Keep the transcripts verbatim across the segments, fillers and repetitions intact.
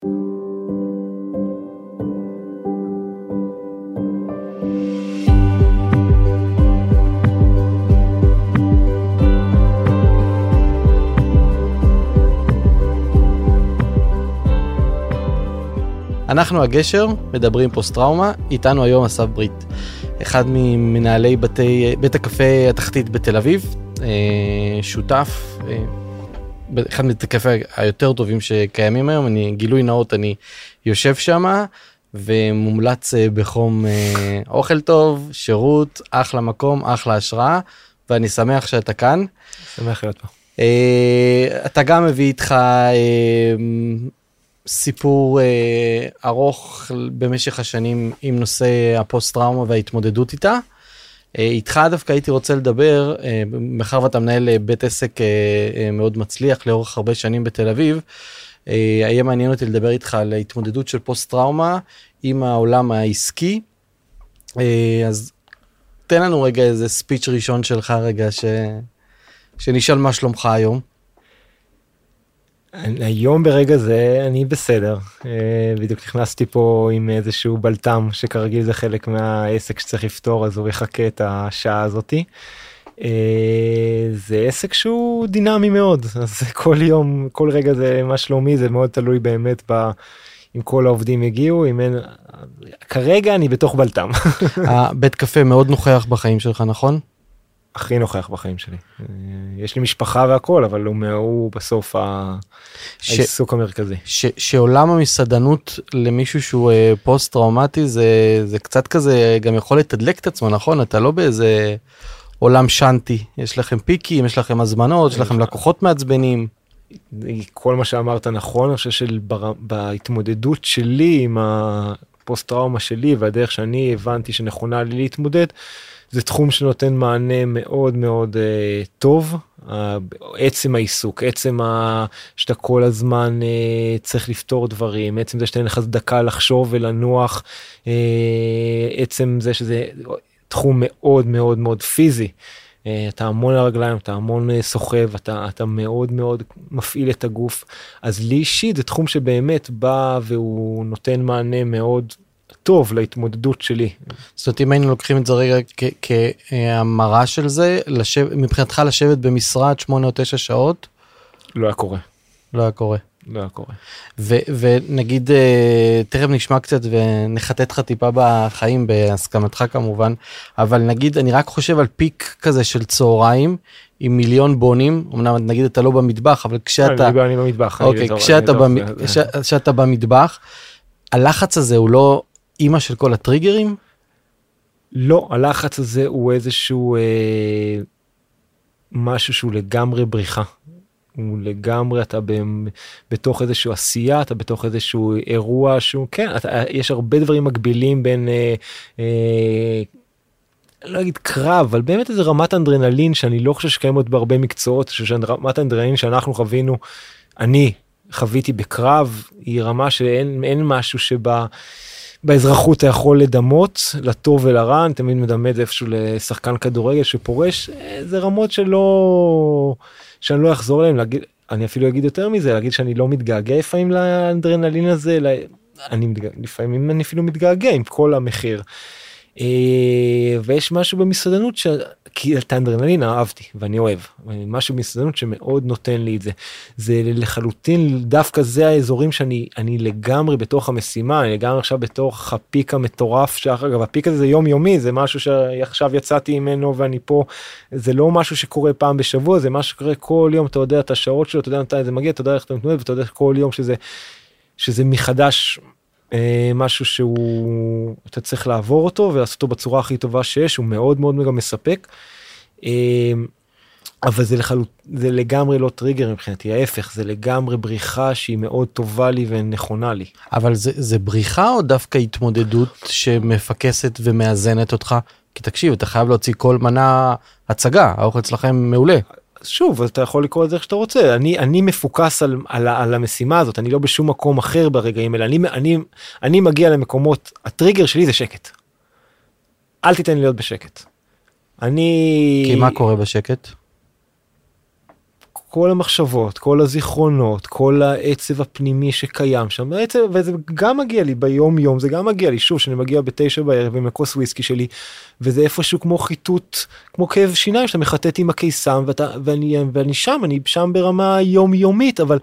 אנחנו הגשר, מדברים פוסט-טראומה, איתנו היום אסף ברית, אחד ממנהלי בתי, בית הקפה התחתית בתל אביב, שותף, אחד מבית הקפה היותר טובים שקיימים היום, אני, גילוי נאות, אני יושב שם, ומומלץ בחום אוכל טוב, שירות, אחלה מקום, אחלה השראה, ואני שמח שאתה כאן. שמח להיות פה. אתה גם מביא איתך סיפור אה, ארוך במשך השנים עם נושא הפוסט-טראומה וההתמודדות איתה. אה, איתך דווקא הייתי רוצה לדבר, אה, מאחר ואתה מנהל בית עסק אה, אה, מאוד מצליח לאורך הרבה שנים בתל אביב, אה, היה מעניין אותי לדבר איתך על ההתמודדות של פוסט-טראומה עם העולם העסקי. אה, אז תן לנו רגע איזה ספיץ' ראשון שלך רגע, ש... שנשאל מה שלומך היום. היום ברגע זה אני בסדר, בדיוק נכנסתי פה עם איזשהו בלטם שכרגיל זה חלק מהעסק שצריך לפתור, אז הוא יחכה את השעה הזאתי. זה עסק שהוא דינמי מאוד, אז כל יום, כל רגע זה מה שלומי, זה מאוד תלוי באמת ב... אם כל העובדים הגיעו, אם אין... כרגע אני בתוך בלטם. הבית קפה מאוד נוכח בחיים שלך, נכון? הכי נוכח בחיים שלי. יש לי משפחה והכל, אבל הוא, הוא בסוף ש... העיסוק המרכזי. ש... שעולם המסעדנות למישהו שהוא פוסט-טראומטי, זה, זה קצת כזה, גם יכול לתדלק את עצמו, נכון? אתה לא באיזה עולם שנתי. יש לכם פיקים, יש לכם הזמנות, יש לכם לקוחות מעצבנים. כל מה שאמרת נכון, אני חושב שבהתמודדות שלי עם הפוסט-טראומה שלי, והדרך שאני הבנתי שנכונה לי להתמודד, זה תחום שנותן מענה מאוד מאוד uh, טוב, uh, עצם העיסוק, עצם ה... שאתה כל הזמן uh, צריך לפתור דברים, עצם זה שאתה אין לך דקה לחשוב ולנוח, uh, עצם זה שזה תחום מאוד מאוד מאוד פיזי, uh, אתה המון הרגליים, אתה המון uh, סוחב, אתה, אתה מאוד מאוד מפעיל את הגוף, אז לי אישית זה תחום שבאמת בא והוא נותן מענה מאוד טוב להתמודדות שלי. זאת אומרת, אם היינו לוקחים את זה רגע כהמרה של זה, מבחינתך לשבת במשרד שמונה או תשע שעות? לא היה קורה. לא היה קורה. לא היה קורה. ונגיד, תכף נשמע קצת ונחטט לך טיפה בחיים, בהסכמתך כמובן, אבל נגיד, אני רק חושב על פיק כזה של צהריים, עם מיליון בונים, אמנם נגיד אתה לא במטבח, אבל כשאתה... אני במטבח. אוקיי, כשאתה במטבח, הלחץ הזה הוא לא אימא של כל הטריגרים? לא, הלחץ הזה הוא איזשהו אה, משהו שהוא לגמרי בריחה. הוא לגמרי, אתה ב, בתוך איזשהו עשייה, אתה בתוך איזשהו אירוע שהוא, כן, אתה, יש הרבה דברים מקבילים בין, אה, אה, לא אגיד קרב, אבל באמת איזו רמת אנדרנלין שאני לא חושב שקיימות בהרבה מקצועות, שרמת אנדרנלין שאנחנו חווינו, אני חוויתי בקרב, היא רמה שאין אין משהו שבה, באזרחות אתה יכול לדמות, לטוב ולרע, אני תמיד מדמה איפשהו לשחקן כדורגל שפורש, זה רמות שלא, שאני לא אחזור להם, להגיד, אני אפילו אגיד יותר מזה, להגיד שאני לא מתגעגע לפעמים לאנדרנלין הזה, לה, אני מתגעגע, לפעמים אני אפילו מתגעגע עם כל המחיר. ויש משהו במסעדנות ש... כי את האנדרנלין אהבתי ואני אוהב, משהו במסעדנות שמאוד נותן לי את זה, זה לחלוטין דווקא זה האזורים שאני אני לגמרי בתוך המשימה, אני לגמרי עכשיו בתוך הפיק המטורף, שאגב הפיק הזה זה יומיומי, זה משהו שעכשיו יצאתי ממנו ואני פה, זה לא משהו שקורה פעם בשבוע, זה משהו שקורה כל יום, אתה יודע את השעות שלו, אתה יודע מתי זה מגיע, אתה יודע איך אתה מתמודד, ואתה יודע כל יום שזה, שזה מחדש משהו שהוא, אתה צריך לעבור אותו ולעשות אותו בצורה הכי טובה שיש, הוא מאוד מאוד גם מספק, אבל זה, לחלוט, זה לגמרי לא טריגר מבחינתי, ההפך, זה לגמרי בריחה שהיא מאוד טובה לי ונכונה לי. אבל זה, זה בריחה או דווקא התמודדות שמפקסת ומאזנת אותך? כי תקשיב, אתה חייב להוציא כל מנה הצגה, האוכל אצלכם מעולה. שוב, אתה יכול לקרוא את זה איך שאתה רוצה, אני, אני מפוקס על, על, על המשימה הזאת, אני לא בשום מקום אחר ברגעים האלה, אני, אני, אני מגיע למקומות, הטריגר שלי זה שקט. אל תיתן לי להיות בשקט. אני... כי מה קורה בשקט? כל המחשבות, כל הזיכרונות, כל העצב הפנימי שקיים שם, וזה גם מגיע לי ביום יום, זה גם מגיע לי, שוב, שאני מגיע בתשע בערב עם הכוס וויסקי שלי, וזה איפשהו כמו חיטוט, כמו כאב שיניים, שאתה מחטט עם הקיסם, ואתה, ואני, ואני שם, אני שם ברמה יומיומית, אבל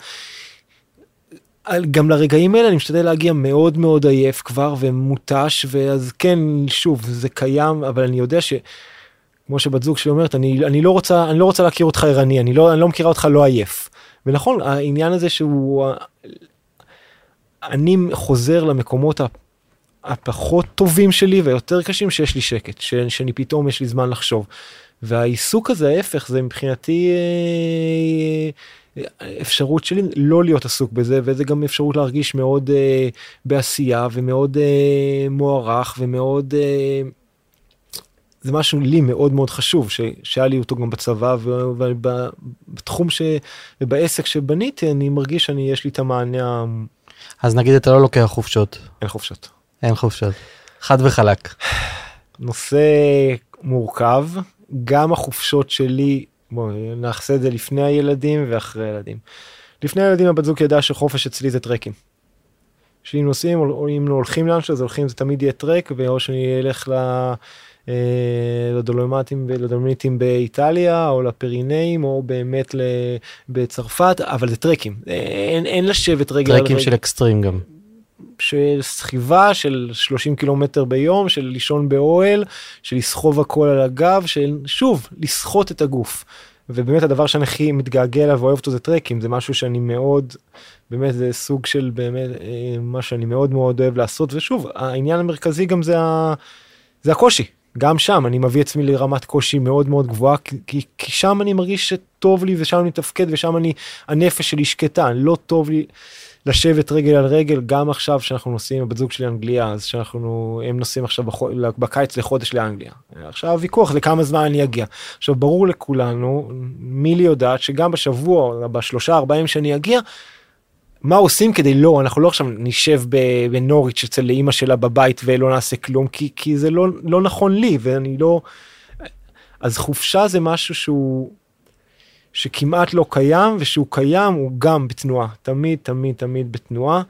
גם לרגעים האלה אני משתדל להגיע מאוד מאוד עייף כבר, ומוטש, ואז כן, שוב, זה קיים, אבל אני יודע ש... כמו שבת זוג שלי אומרת, אני, אני לא רוצה, אני לא רוצה להכיר אותך ערני, אני לא, אני לא מכירה אותך לא עייף. ונכון, העניין הזה שהוא, אני חוזר למקומות הפחות טובים שלי, ויותר קשים שיש לי שקט, ש, שאני פתאום יש לי זמן לחשוב. והעיסוק הזה, ההפך, זה מבחינתי אפשרות שלי לא להיות עסוק בזה, וזה גם אפשרות להרגיש מאוד בעשייה, ומאוד מוערך, ומאוד... זה משהו לי מאוד מאוד חשוב, שהיה לי אותו גם בצבא, ובתחום ש... ובעסק שבניתי, אני מרגיש שאני, יש לי את המענה... אז נגיד, אתה לא לוקח חופשות. אין חופשות. אין חופשות. חד וחלק. נושא מורכב, גם החופשות שלי, בואו, נעשה את זה לפני הילדים ואחרי הילדים. לפני הילדים, הבת זוג ידע שחופש אצלי זה טרקים. שאם נוסעים, או אם הולכים לאנשהו, אז הולכים, זה תמיד יהיה טרק, ואו שאני אלך ל... לדולומטים ולדולמיטים באיטליה, או לפירינאים, או באמת בצרפת, אבל זה טרקים. אין, אין לשבת רגע... טרקים של אקסטרים גם. של סחיבה, של שלושים קילומטר ביום, של לישון באוהל, של לסחוב הכל על הגב, של שוב, לסחוט את הגוף. ובאמת הדבר שאני הכי מתגעגע אליו ואוהב אותו זה טרקים, זה משהו שאני מאוד, באמת זה סוג של באמת, מה שאני מאוד מאוד אוהב לעשות, ושוב, העניין המרכזי גם זה, ה, זה הקושי. גם שם אני מביא עצמי לרמת קושי מאוד מאוד גבוהה, כי, כי שם אני מרגיש שטוב לי, ושם אני מתפקד, ושם אני, הנפש שלי שקטה, לא טוב לי לשבת רגל על רגל, גם עכשיו שאנחנו נוסעים, הבת זוג שלי אנגליה, אז שאנחנו, הם נוסעים עכשיו בחוד, בקיץ לחודש לאנגליה. עכשיו הוויכוח לכמה זמן אני אגיע. עכשיו ברור לכולנו, מי לי יודעת, שגם בשבוע, בשלושה, ארבעים שאני אגיע, מה עושים כדי לא, אנחנו לא עכשיו נשב בנוריץ' אצל אמא שלה בבית ולא נעשה כלום, כי, כי זה לא, לא נכון לי, ואני לא... אז חופשה זה משהו שהוא, שכמעט לא קיים, ושהוא קיים הוא גם בתנועה, תמיד, תמיד, תמיד בתנועה.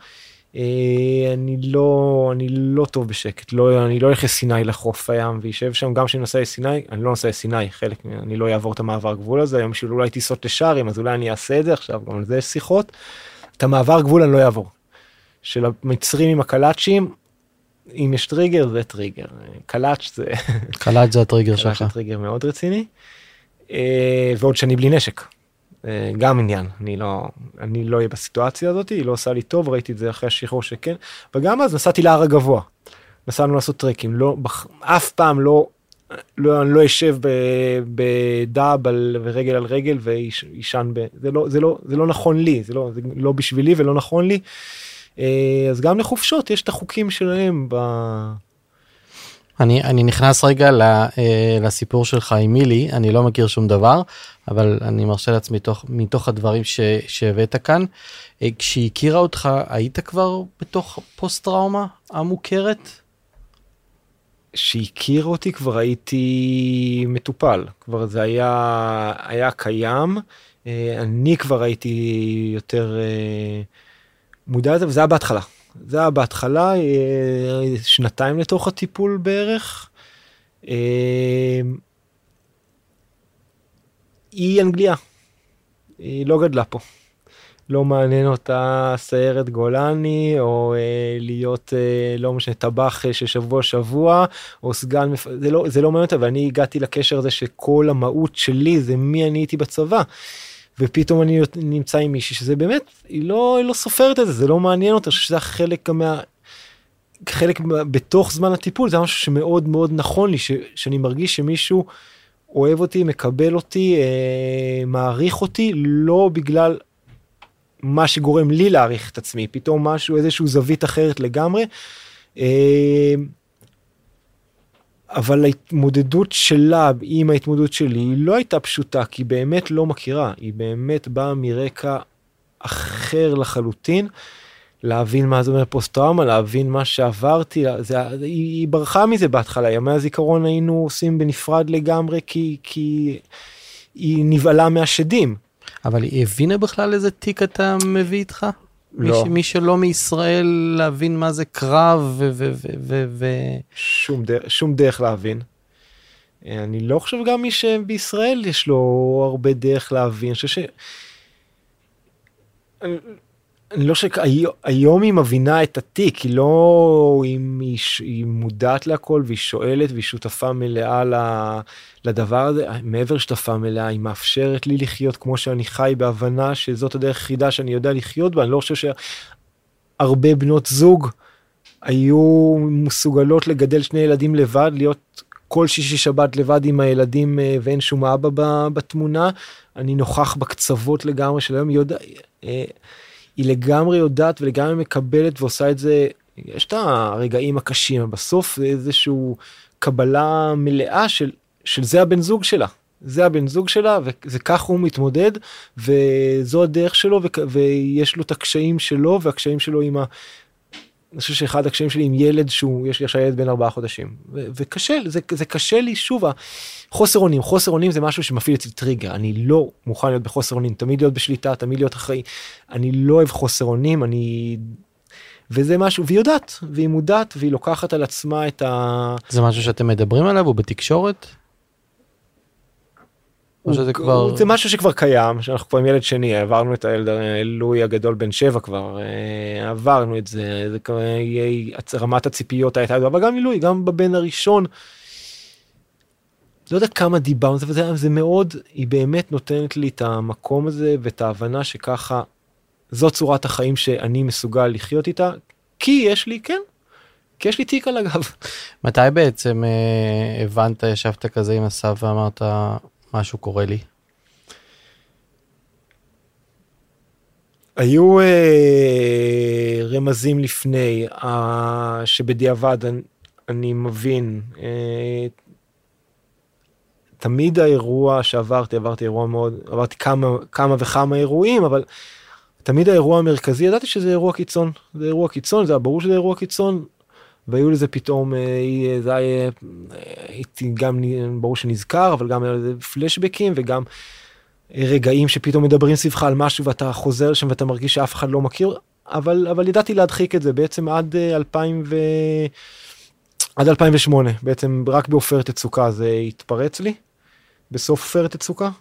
אני לא, אני לא טוב בשקט, לא, אני לא הולך לסיני לחוף הים, וישב שם גם שאני נוסע לסיני, אני לא נוסע לסיני, חלק, אני לא אעבור את המעבר גבול הזה, היום שאולי אולי טיסות לשארים, אז אולי אני אעשה את זה עכשיו, גם על זה יש שיחות. את המעבר גבול אני לא אעבור. של המצרים עם הקלאצ'ים, אם יש טריגר, זה טריגר. קלאץ' זה... קלאץ' זה הטריגר שלך. קלאץ' זה טריגר מאוד רציני. ועוד שאני בלי נשק. גם עניין. אני לא, אני לא אהיה בסיטואציה הזאת, היא לא עושה לי טוב, ראיתי את זה אחרי השחרור שכן. וגם אז נסעתי להר הגבוה. נסענו לעשות טרקים. לא, אף פעם לא, לא, אני לא אשב בדאב ורגל על רגל וישן ב... זה לא, זה לא, זה לא נכון לי, זה לא, זה לא בשבילי ולא נכון לי. אז גם לחופשות יש את החוקים שלהם ב... אני, אני נכנס רגע לסיפור שלך עם מילי, אני לא מכיר שום דבר, אבל אני מרשה לעצמי מתוך, מתוך הדברים ש, שהבאת כאן. כשהיא הכירה אותך, היית כבר בתוך פוסט טראומה המוכרת? שהכיר אותי כבר הייתי מטופל, כבר זה היה, היה קיים, אני כבר הייתי יותר מודע לזה, וזה היה בהתחלה. זה היה בהתחלה, שנתיים לתוך הטיפול בערך. היא אנגליה, היא לא גדלה פה. לא מעניין אותה סיירת גולני, או אה, להיות, אה, לא משנה, טבח של שבוע שבוע, או סגן, זה לא, זה לא מעניין אותה, ואני הגעתי לקשר הזה שכל המהות שלי זה מי אני הייתי בצבא, ופתאום אני נמצא עם מישהי, שזה באמת, היא לא, היא לא סופרת את זה, זה לא מעניין אותה, שזה החלק גם מה... חלק בתוך זמן הטיפול, זה משהו שמאוד מאוד נכון לי, ש, שאני מרגיש שמישהו אוהב אותי, מקבל אותי, אה, מעריך אותי, לא בגלל... מה שגורם לי להעריך את עצמי, פתאום משהו, איזשהו זווית אחרת לגמרי, אבל ההתמודדות שלה עם ההתמודדות שלי, היא לא הייתה פשוטה, כי היא באמת לא מכירה, היא באמת באה מרקע אחר לחלוטין, להבין מה זה אומר פוסט-טראומה, להבין מה שעברתי, זה, היא, היא ברחה מזה בהתחלה, ימי הזיכרון היינו עושים בנפרד לגמרי, כי, כי היא נבעלה מהשדים. אבל היא הבינה בכלל איזה תיק אתה מביא איתך? לא. מי, מי שלא מישראל להבין מה זה קרב ו... ו, ו, ו, ו... שום, דרך, שום דרך להבין. אני לא חושב גם מי שבישראל יש לו הרבה דרך להבין. אני חושב ש... אני, אני לא חושב, היום היא מבינה את התיק, היא לא, היא, היא מודעת להכל והיא שואלת והיא שותפה מלאה לדבר הזה, מעבר שותפה מלאה, היא מאפשרת לי לחיות כמו שאני חי בהבנה שזאת הדרך היחידה שאני יודע לחיות בה, אני לא חושב שהרבה בנות זוג היו מסוגלות לגדל שני ילדים לבד, להיות כל שישי שבת לבד עם הילדים ואין שום אבא בתמונה, אני נוכח בקצוות לגמרי של היום, היא יודע... היא לגמרי יודעת ולגמרי מקבלת ועושה את זה, יש את הרגעים הקשים, אבל בסוף זה איזשהו קבלה מלאה של, של זה הבן זוג שלה, זה הבן זוג שלה, וכך הוא מתמודד, וזו הדרך שלו, ויש לו את הקשיים שלו, והקשיים שלו עם ה... אני חושב שאחד הקשיים שלי עם ילד, שהוא, יש לי עכשיו ילד בין ארבעה חודשים, וקשה, זה, זה קשה לי, שוב, חוסר אונים, חוסר אונים זה משהו שמפעיל אצלי טריגר, אני לא מוכן להיות בחוסר אונים, תמיד להיות בשליטה, תמיד להיות אחראי, אני לא אוהב חוסר אונים, אני... וזה משהו, והיא יודעת, והיא מודעת, והיא לוקחת על עצמה את ה... זה משהו שאתם מדברים עליו, הוא בתקשורת? או שזה כבר... זה משהו שכבר קיים, שאנחנו כבר עם ילד שני, עברנו את הילד אלוי הגדול בן שבע כבר, עברנו את זה, זה כבר יהיה, רמת הציפיות הייתה, אבל גם אלוי, גם בבן הראשון, לא יודע כמה דיברנו, זה, זה מאוד, היא באמת נותנת לי את המקום הזה, ואת ההבנה שככה, זו צורת החיים שאני מסוגל לחיות איתה, כי יש לי, כן, כי יש לי תיק על הגב. מתי בעצם אה, הבנת, ישבת כזה עם אסף ואמרת, משהו קורה לי? היו אה, רמזים לפני, אה, שבדיעבד אני, אני מבין, אה, תמיד האירוע שעברתי, עברתי אירוע מאוד, עברתי כמה, כמה וכמה אירועים, אבל תמיד האירוע המרכזי, ידעתי שזה אירוע קיצון, זה אירוע קיצון, זה היה ברור שזה אירוע קיצון, והיו לזה פתאום, זה היה, הייתי גם ברור שנזכר, אבל גם היה לזה פלשבקים, וגם רגעים שפתאום מדברים סביבך על משהו, ואתה חוזר שם ואתה מרגיש שאף אחד לא מכיר, אבל, אבל ידעתי להדחיק את זה, בעצם עד אלפיים ו... עד אלפיים ושמונה, בעצם רק בעופרת יצוקה זה התפרץ לי, בסוף עופרת יצוקה.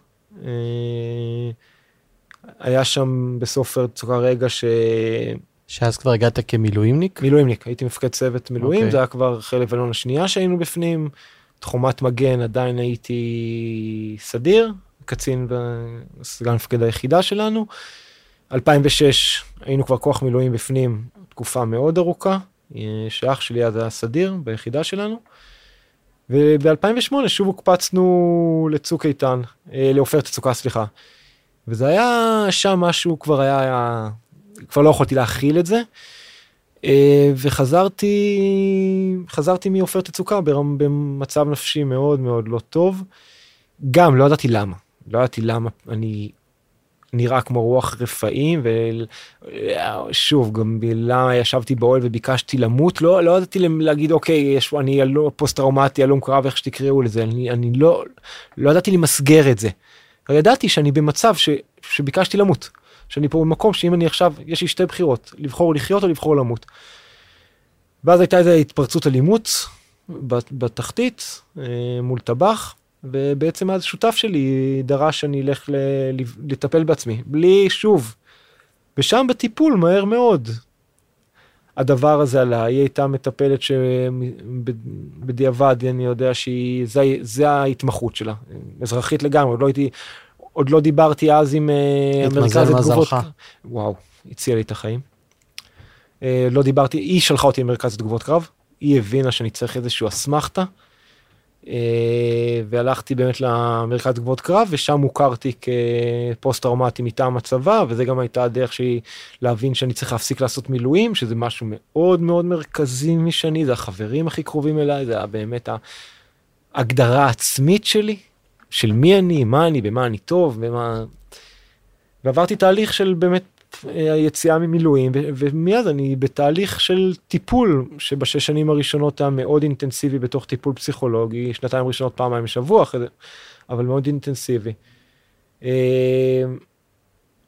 היה שם בסוף עופרת יצוקה רגע ש... שאז כבר הגעת כמילואימניק? מילואימניק, הייתי מפקד צוות מילואים, okay. זה היה כבר חלק ולון השנייה שהיינו בפנים, תחומת מגן עדיין הייתי סדיר, קצין וסגן מפקד היחידה שלנו, אלפיים ושש היינו כבר כוח מילואים בפנים, תקופה מאוד ארוכה, שאח שלי אז היה סדיר ביחידה שלנו, וב-אלפיים ושמונה שוב הוקפצנו לצוק איתן, לעופרת יצוקה, סליחה, וזה היה שם משהו כבר היה... היה כבר לא יכולתי להכיל את זה, וחזרתי, חזרתי מעופרת יצוקה במצב נפשי מאוד מאוד לא טוב, גם לא ידעתי למה, לא ידעתי למה אני נראה כמו רוח רפאים, ושוב, גם למה ישבתי באוהל וביקשתי למות, לא, לא ידעתי להגיד, אוקיי, יש, אני פוסט-טראומטי, הלום קרב, איך שתקראו לזה, אני, אני לא, לא ידעתי למסגר את זה, אבל ידעתי שאני במצב ש, שביקשתי למות, שאני פה במקום שאם אני עכשיו, יש לי שתי בחירות, לבחור לחיות או לבחור למות. ואז הייתה איזו התפרצות אלימות בתחתית, מול טבח, ובעצם אז שותף שלי דרש שאני אלך לטפל בעצמי, בלי שוב. ושם בטיפול מהר מאוד. הדבר הזה עלה, היא הייתה מטפלת שבדיעבד אני יודע שזה ההתמחות שלה, אזרחית לגמרי, לא הייתי... עוד לא דיברתי אז עם המרכז התגובות. וואו, הציע לי את החיים. לא דיברתי, היא שלחה אותי למרכז התגובות קרב, היא הבינה שאני צריך איזשהו אסמכתה, והלכתי באמת למרכז התגובות קרב, ושם הוכרתי כפוסט-טראומטי מטעם הצבא, וזה גם הייתה הדרך שלי להבין שאני צריך להפסיק לעשות מילואים, שזה משהו מאוד מאוד מרכזי משני, זה החברים הכי קרובים אליי, זה היה באמת ההגדרה העצמית שלי, של מי אני, מה אני, במה אני טוב, במה... ועברתי תהליך של באמת היציאה ממילואים, ו- ומאז אני בתהליך של טיפול, שבשש שנים הראשונות היה מאוד אינטנסיבי בתוך טיפול פסיכולוגי, שנתיים ראשונות פעמיים בשבוע, אבל מאוד אינטנסיבי.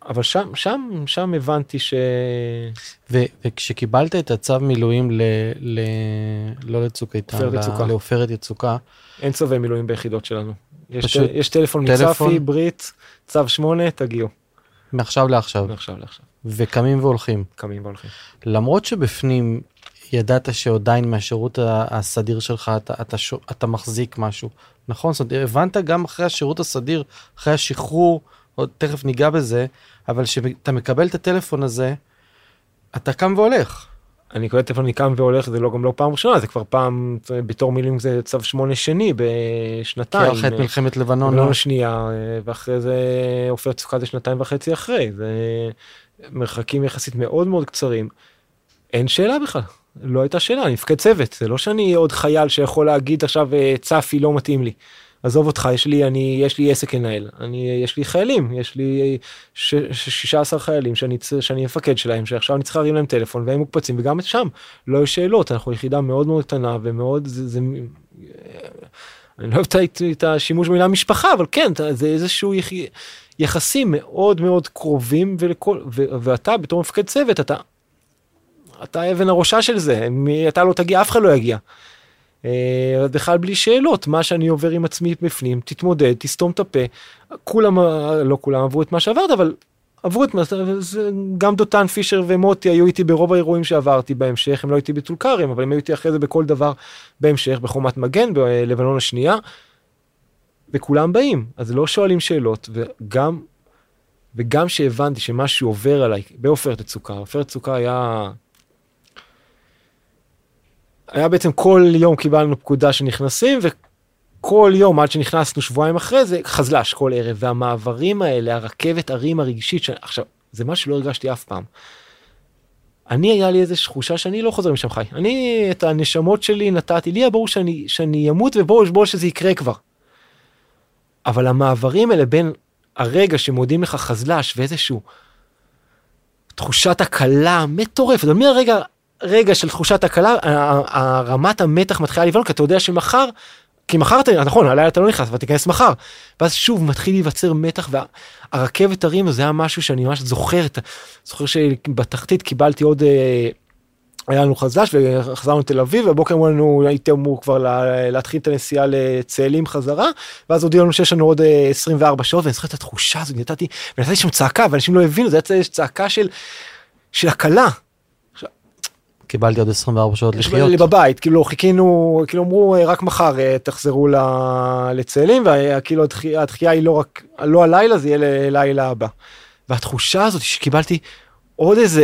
אבל שם, שם, שם הבנתי ש... ו- וכשקיבלת את הצו מילואים ל... ל... לא לצוק איתן, לעופרת יצוקה. אין צווי מילואים ביחידות שלנו. יש, פשוט ט... יש טלפון טלפון... מצפי, ברית, צו שמונה, תגיעו. מעכשיו לעכשיו. מעכשיו לעכשיו. וקמים והולכים. קמים והולכים. למרות שבפנים ידעת שעדיין מהשירות הסדיר שלך אתה, אתה, אתה מחזיק משהו. נכון? זאת אומרת, הבנת גם אחרי השירות הסדיר, אחרי השחרור, עוד תכף ניגע בזה, אבל כשאתה מקבל את הטלפון הזה, אתה קם והולך. אני קורא טלפון, אני קם והולך, זה לא גם לא פעם ראשונה, זה כבר פעם, בתור מילים זה צו שמונה שני בשנתיים. כי אחרי מלחמת לבנון. לבנון השנייה, ואחרי זה עופרת יצוקה זה שנתיים וחצי אחרי, זה מרחקים יחסית מאוד מאוד קצרים. אין שאלה בכלל, לא הייתה שאלה, אני מפקד צוות, זה לא שאני עוד חייל שיכול להגיד עכשיו צפי לא מתאים לי. עזוב אותך, יש לי, אני, יש לי עסק לנהל, אני, יש לי חיילים, יש לי ש, ש, שישה עשר חיילים שאני, שאני מפקד שלהם, שעכשיו אני צריך להרים להם טלפון, והם מוקפצים, וגם שם לא יש שאלות, אנחנו יחידה מאוד מאוד קטנה, ומאוד, זה, זה, אני לא אוהב את השימוש במילה משפחה, אבל כן, זה איזשהו יח, יחסים מאוד מאוד קרובים, ולכל, ו, ואתה בתור מפקד צוות, אתה, אתה אבן הראשה של זה, אתה לא תגיע, אף אחד לא יגיע. בכלל בלי שאלות, מה שאני עובר עם עצמי בפנים, תתמודד, תסתום את הפה, כולם, לא כולם עברו את מה שעברת, אבל עברו את מה, גם דותן פישר ומוטי היו איתי ברוב האירועים שעברתי בהמשך, הם לא איתי בטול כרם, אבל הם היו איתי אחרי זה בכל דבר בהמשך, בחומת מגן, בלבנון השנייה, וכולם באים, אז לא שואלים שאלות, וגם, וגם שהבנתי שמשהו עובר עליי, בעופרת יצוקה, עופרת יצוקה היה... היה בעצם כל יום קיבלנו פקודה שנכנסים, וכל יום עד שנכנסנו שבועיים אחרי זה, חזלש כל ערב, והמעברים האלה, הרכבת ערים הרגשית, ש... עכשיו, זה מה שלא הרגשתי אף פעם. אני, היה לי איזו תחושה שאני לא חוזר משם חי. אני, את הנשמות שלי נתתי, לי היה ברור שאני, שאני ימות, ובואו שבואו שזה יקרה כבר. אבל המעברים האלה בין הרגע שמודים לך חזלש, ואיזשהו תחושת הקלה מטורפת, אבל מהרגע... רגע של תחושת הקלה, הרמת המתח מתחילה לבנות, כי אתה יודע שמחר, כי מחר אתה, נכון, הלילה אתה לא נכנס, אבל תיכנס מחר, ואז שוב מתחיל להיווצר מתח, והרכבת הרים, זה היה משהו שאני ממש זוכר, זוכר שבתחתית קיבלתי עוד, היה לנו חזלש, וחזרנו לתל אביב, ובוקר אמרו לנו, הייתי אמור כבר להתחיל את הנסיעה לצאלים חזרה, ואז הודיעו לנו שיש לנו עוד עשרים וארבע שעות, ואני זוכר את התחושה הזאת, נתתי, ונתתי שם צעקה, ואנשים לא הבינו, זה היה צעקה של, של הקלה, קיבלתי עוד עשרים וארבע שעות לחיות. בבית, כאילו חיכינו, כאילו אמרו רק מחר תחזרו לצאלים, וכאילו התחייה היא לא רק, לא הלילה, זה יהיה לילה הבא. והתחושה הזאת שקיבלתי עוד איזה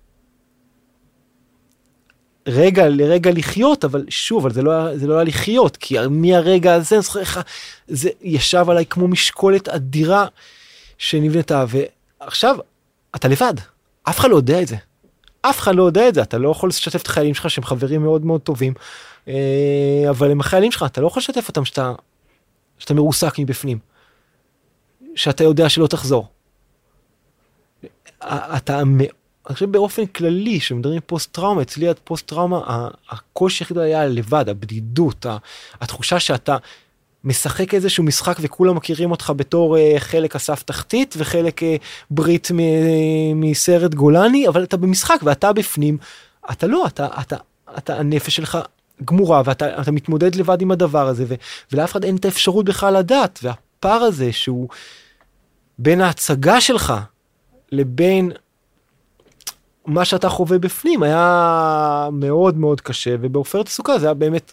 רגע, לרגע לחיות, אבל שוב, אבל זה לא, זה לא היה לחיות, כי מהרגע הזה, אני זוכר לך, זה ישב עליי כמו משקולת אדירה שנבנתה, ועכשיו אתה לבד, אף אחד לא יודע את זה. אף אחד לא יודע את זה, אתה לא יכול לשתף את החיילים שלך שהם חברים מאוד מאוד טובים, אבל הם החיילים שלך, אתה לא יכול לשתף אותם שאתה, שאתה מרוסק מבפנים, שאתה יודע שלא תחזור. אתה, אני חושב באופן כללי, שמדברים פוסט טראומה, אצלי הפוסט טראומה, הקושי היחיד היה לבד, הבדידות, התחושה שאתה משחק איזשהו משחק וכולם מכירים אותך בתור uh, חלק אסף תחתית וחלק uh, ברית מ- מסרט גולני, אבל אתה במשחק ואתה בפנים, אתה לא, אתה, אתה, אתה הנפש שלך גמורה ואתה אתה מתמודד לבד עם הדבר הזה ו- ולאף אחד אין את האפשרות בכלל לדעת, והפער הזה שהוא בין ההצגה שלך לבין מה שאתה חווה בפנים היה מאוד מאוד קשה, ובעופרת יצוקה זה היה באמת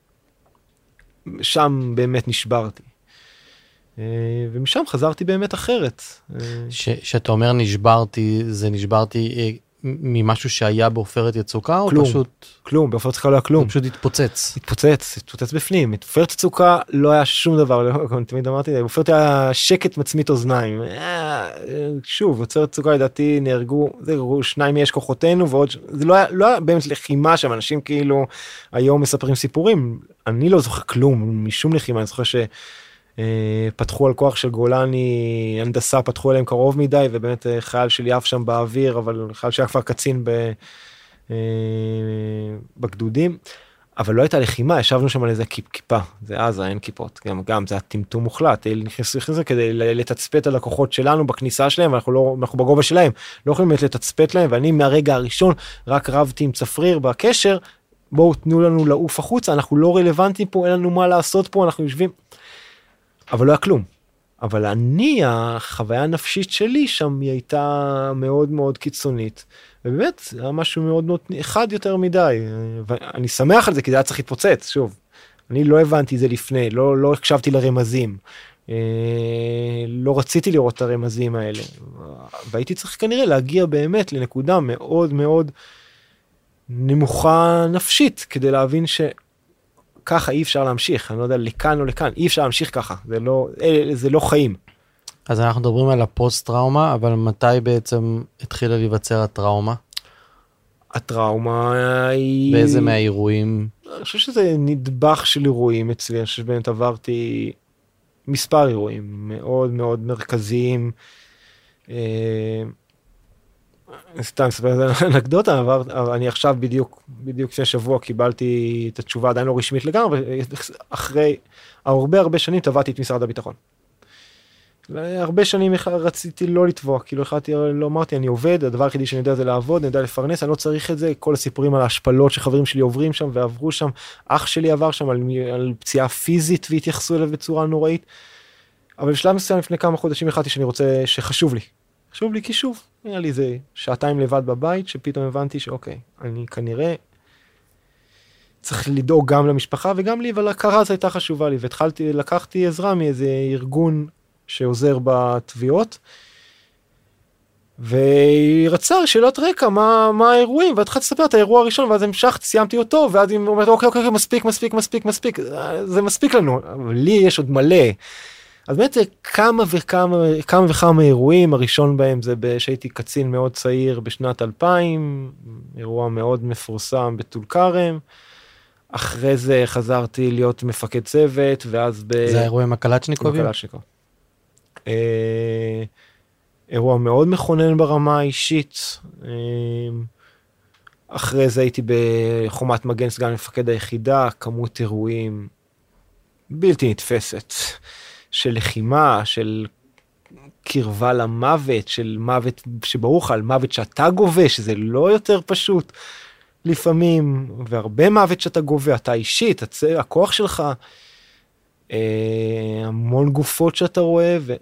שם באמת נשברתי. ומשם חזרתי באמת אחרת. שאתה אומר נשברתי, זה נשברתי ממשהו שהיה בעופרת יצוקה, או פשוט... כלום, בעופרת יצוקה לא היה כלום. פשוט התפוצץ. התפוצץ, התפוצץ בפנים. בעופרת יצוקה לא היה שום דבר, תמיד אמרתי, בעופרת היה שקט מצמית אוזניים. שוב, בעופרת יצוקה לדעתי נהרגו, זה שניים יש כוחותינו, ועוד, זה לא היה, לא היה באמת לחימה שם, אנשים כאילו היום מספרים סיפורים, אני לא זוכר כלום, משום לחימה, אני זוכר ש... פתחו על כוח של גולני, הנדסה, פתחו אליהם קרוב מדי, ובאמת חייל שלי אף שם באוויר, אבל חייל שהיה כבר קצין ב, בגדודים. אבל לא הייתה לחימה, ישבנו שם על איזה כיפה, זה עזה, אין כיפות, גם, גם זה הטמטום מוחלט, נכנסו לזה כדי לתצפת על הכוחות שלנו בכניסה שלהם, אנחנו, לא, אנחנו בגובה שלהם, לא יכולים באמת לתצפת להם, ואני מהרגע הראשון רק רבתי עם צפריר בקשר, בואו תנו לנו לעוף החוצה, אנחנו לא רלוונטיים פה, אין לנו מה לעשות פה, אנחנו יושבים, אבל לא היה כלום. אבל אני, החוויה הנפשית שלי שם, היא הייתה מאוד מאוד קיצונית, ובאמת, זה היה משהו מאוד מאוד אחד יותר מדי, ואני שמח על זה, כי זה היה צריך להתפוצץ, שוב, אני לא הבנתי זה לפני, לא, לא הקשבתי לרמזים, לא רציתי לראות את הרמזים האלה, והייתי צריך כנראה להגיע באמת לנקודה מאוד מאוד נמוכה נפשית, כדי להבין שככה אי אפשר להמשיך, אני לא יודע, לכאן או לכאן, אי אפשר להמשיך ככה, זה לא, זה לא חיים. אז אנחנו מדברים על הפוסט-טראומה, אבל מתי בעצם התחילה להיווצר הטראומה? הטראומה היא... באיזה מהאירועים? אני חושב שזה נדבך של אירועים אצלי, אני חושב שבאמת עברתי מספר אירועים מאוד מאוד מרכזיים. סתם, ספר אנקדוטה, אבל אני עכשיו בדיוק, בדיוק לפני שבוע קיבלתי את התשובה עדיין לא רשמית לגמרי, אחרי הרבה הרבה שנים טבעתי את משרד הביטחון. הרבה שנים רציתי לא לתבוע, כאילו החלטתי, לא אמרתי, אני עובד, הדבר היחידי שאני יודע זה לעבוד, אני יודע לפרנס, אני לא צריך את זה, כל הסיפורים על ההשפלות שחברים שלי עוברים שם ועברו שם, אח שלי עבר שם על, על פציעה פיזית והתייחסו אליו בצורה נוראית, אבל בשלב מסוים לפני כמה חודשים החלטתי שאני רוצה, שחשוב לי, חשוב לי כי שוב, היה לי איזה שעתיים לבד בבית, שפתאום הבנתי שאוקיי, אני כנראה צריך לדאוג גם למשפחה וגם לי, אבל ההכרה הזו הייתה חשובה לי, והתחלתי, לקחתי עזרה מאיזה ארגון שעוזר בתביעות, והיא רצה שאלות רקע, מה, מה האירועים, והתחלתי לספר את האירוע הראשון, ואז המשכת, סיימתי אותו, ואז היא אומרת, אוקיי, אוקיי, מספיק, מספיק, מספיק, מספיק, זה מספיק לנו, אבל לי יש עוד מלא. אז באמת זה כמה וכמה, כמה וכמה אירועים, הראשון בהם זה שהייתי קצין מאוד צעיר בשנת אלפיים, אירוע מאוד מפורסם בטול כרם, אחרי זה חזרתי להיות מפקד צוות, ואז ב... זה האירוע עם הקלצ'ניקובים? הקלצ'ניקוב. אירוע מאוד מכונן ברמה האישית, אחרי זה הייתי בחומת מגן סגן מפקד היחידה, כמות אירועים בלתי נתפסת, של לחימה, של קרבה למוות, של מוות שברור לך, על מוות שאתה גובה, שזה לא יותר פשוט לפעמים, והרבה מוות שאתה גובה, אתה אישית, הכוח שלך, המון גופות שאתה רואה, ו...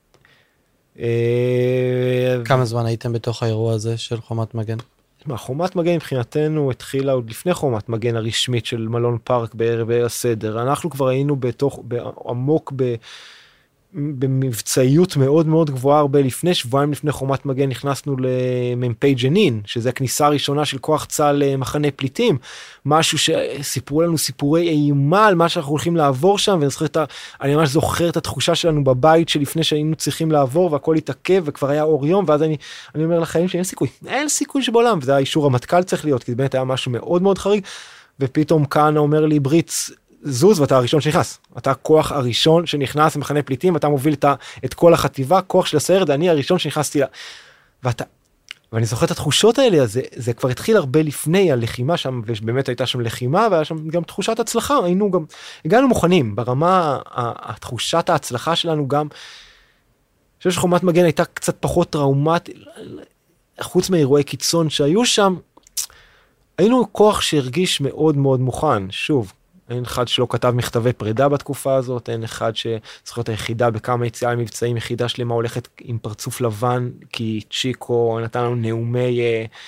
כמה זמן הייתם בתוך האירוע הזה של חומת מגן? חומת מגן מבחינתנו התחילה עוד לפני חומת מגן הרשמית של מלון פארק בערב הסדר. אנחנו כבר היינו בתוך, עמוק ב... במבצעיות מאוד מאוד גבוהה הרבה לפני, שבועיים לפני חומת מגן נכנסנו למ"פ ג'נין, שזה הכניסה הראשונה של כוח צה"ל למחנה פליטים, משהו שסיפרו לנו סיפורי אימה על מה שאנחנו הולכים לעבור שם, ואני זוכר את ה... אני ממש זוכר את התחושה שלנו בבית שלפני שהיינו צריכים לעבור, והכל התעכב, וכבר היה אור יום, ואז אני, אני אומר לחיים שאין סיכוי, אין סיכוי שבעולם, וזה האישור המטכ"ל צריך להיות, כי זה באמת היה משהו מאוד מאוד חריג, ופתאום כאן אומר לי בריץ, זוז, ואתה הראשון שנכנס. אתה הכוח הראשון שנכנס למחנה פליטים, אתה מוביל את, את כל החטיבה, כוח של הסיירת, אני הראשון שנכנסתי לה. ואתה, ואני זוכר את התחושות האלה, זה, זה כבר התחיל הרבה לפני הלחימה שם, ובאמת הייתה שם לחימה, והיה שם גם תחושת הצלחה, היינו גם, הגענו מוכנים, ברמה, התחושת ההצלחה שלנו גם, אני חושב שחומת מגן הייתה קצת פחות טראומטית, חוץ מאירועי קיצון שהיו שם, היינו כוח שהרגיש מאוד מאוד מוכן, שוב, אין אחד שלא כתב מכתבי פרידה בתקופה הזאת, אין אחד שזכויות היחידה בכמה יציאה מבצעים, יחידה שלמה הולכת עם פרצוף לבן, כי צ'יקו נתן לנו נאומי...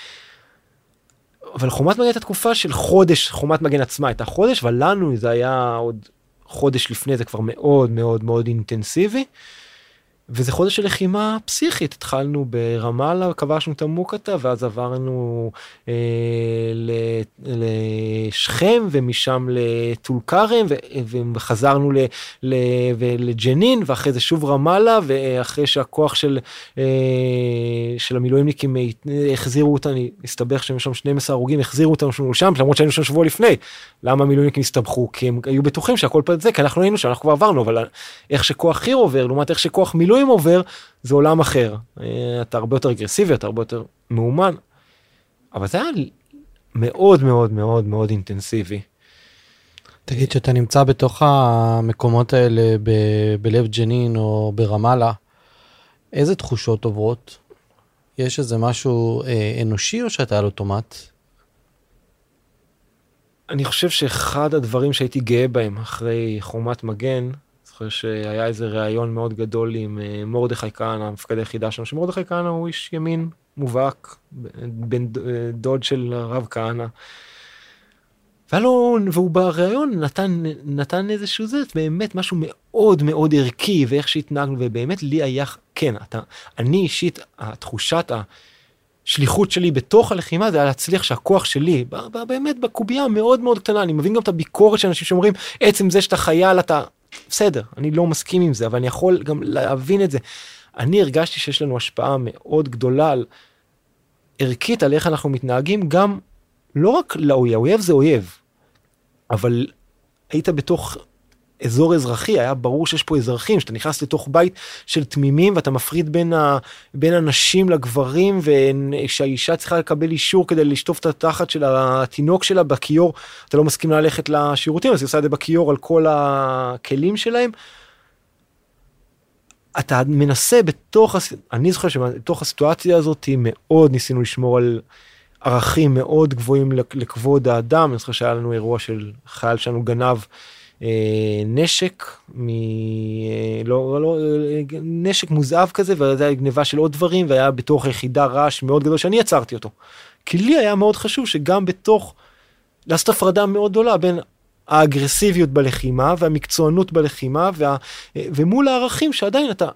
אבל חומת מגן הייתה תקופה של חודש, חומת מגן עצמה הייתה חודש, אבל לנו זה היה עוד חודש לפני, זה כבר מאוד מאוד מאוד אינטנסיבי, וזה חודש של לחימה פסיכית, התחלנו ברמאללה, כבשנו את המוקטה, ואז עברנו אה, לשכם, ומשם לטול כרם, וחזרנו ל, ל, לג'נין, ואחרי זה שוב רמאללה, ואחרי שהכוח של, אה, של המילואימניקים החזירו אותנו, הסתבך שהם שם שנים עשר הרוגים, החזירו אותנו שם, למרות שהיינו שם שבוע לפני. למה המילואימניקים הסתבכו? כי הם היו בטוחים שהכל פה את זה, כי אנחנו היינו שם, אנחנו כבר עברנו, אבל איך שכוח חיר עובר, לעומת איך שכוח מילואים עובר, זה עולם אחר. אתה הרבה יותר אגרסיבי, אתה הרבה יותר מאומן, אבל זה היה מאוד מאוד מאוד מאוד אינטנסיבי. תגיד שאתה נמצא בתוך המקומות האלה ב- בלב ג'נין או ברמאללה, איזה תחושות עוברות? יש איזה משהו אה, אנושי או שאתה על אוטומט? אני חושב שאחד הדברים שהייתי גאה בהם אחרי חומת מגן, זוכר שהיה איזה ראיון מאוד גדול עם מרדכי כהנא, המפקד היחידה שלנו, שמרדכי כהנא הוא איש ימין מובהק, בן דוד של הרב כהנא. והוא, והוא בראיון נתן, נתן איזשהו זה, באמת משהו מאוד מאוד ערכי, ואיך שהתנהגנו, ובאמת לי היה, כן, אתה, אני אישית, התחושת השליחות שלי בתוך הלחימה, זה היה להצליח שהכוח שלי, באמת בקובייה מאוד מאוד קטנה, אני מבין גם את הביקורת של אנשים שאומרים, עצם זה שאתה חייל, אתה, בסדר, אני לא מסכים עם זה, אבל אני יכול גם להבין את זה. אני הרגשתי שיש לנו השפעה מאוד גדולה, על, ערכית על איך אנחנו מתנהגים, גם לא רק לאויב, האויב זה אויב, אבל היית בתוך אזור אזרחי, היה ברור שיש פה אזרחים, שאתה נכנס לתוך בית של תמימים, ואתה מפריד בין, ה, בין הנשים לגברים, ושהאישה צריכה לקבל אישור כדי לשטוף את התחת של התינוק שלה בכיור, אתה לא מסכים ללכת לשירותים, אז היא עושה את זה בכיור על כל הכלים שלהם. אתה מנסה בתוך, אני זוכר שבתוך הסיטואציה הזאת, מאוד ניסינו לשמור על ערכים מאוד גבוהים לכבוד האדם. אני זוכר שהיה לנו אירוע של חייל שלנו גנב אה, נשק, מ, אה, לא, לא, נשק מוזאב כזה, וזה היה גניבה של עוד דברים, והיה בתוך יחידה רעש מאוד גדול, שאני יצרתי אותו. כי לי היה מאוד חשוב שגם בתוך, לעשות הפרדה מאוד גדולה בין האגרסיביות בלחימה, והמקצוענות בלחימה, וה, ומול הערכים שעדיין אתה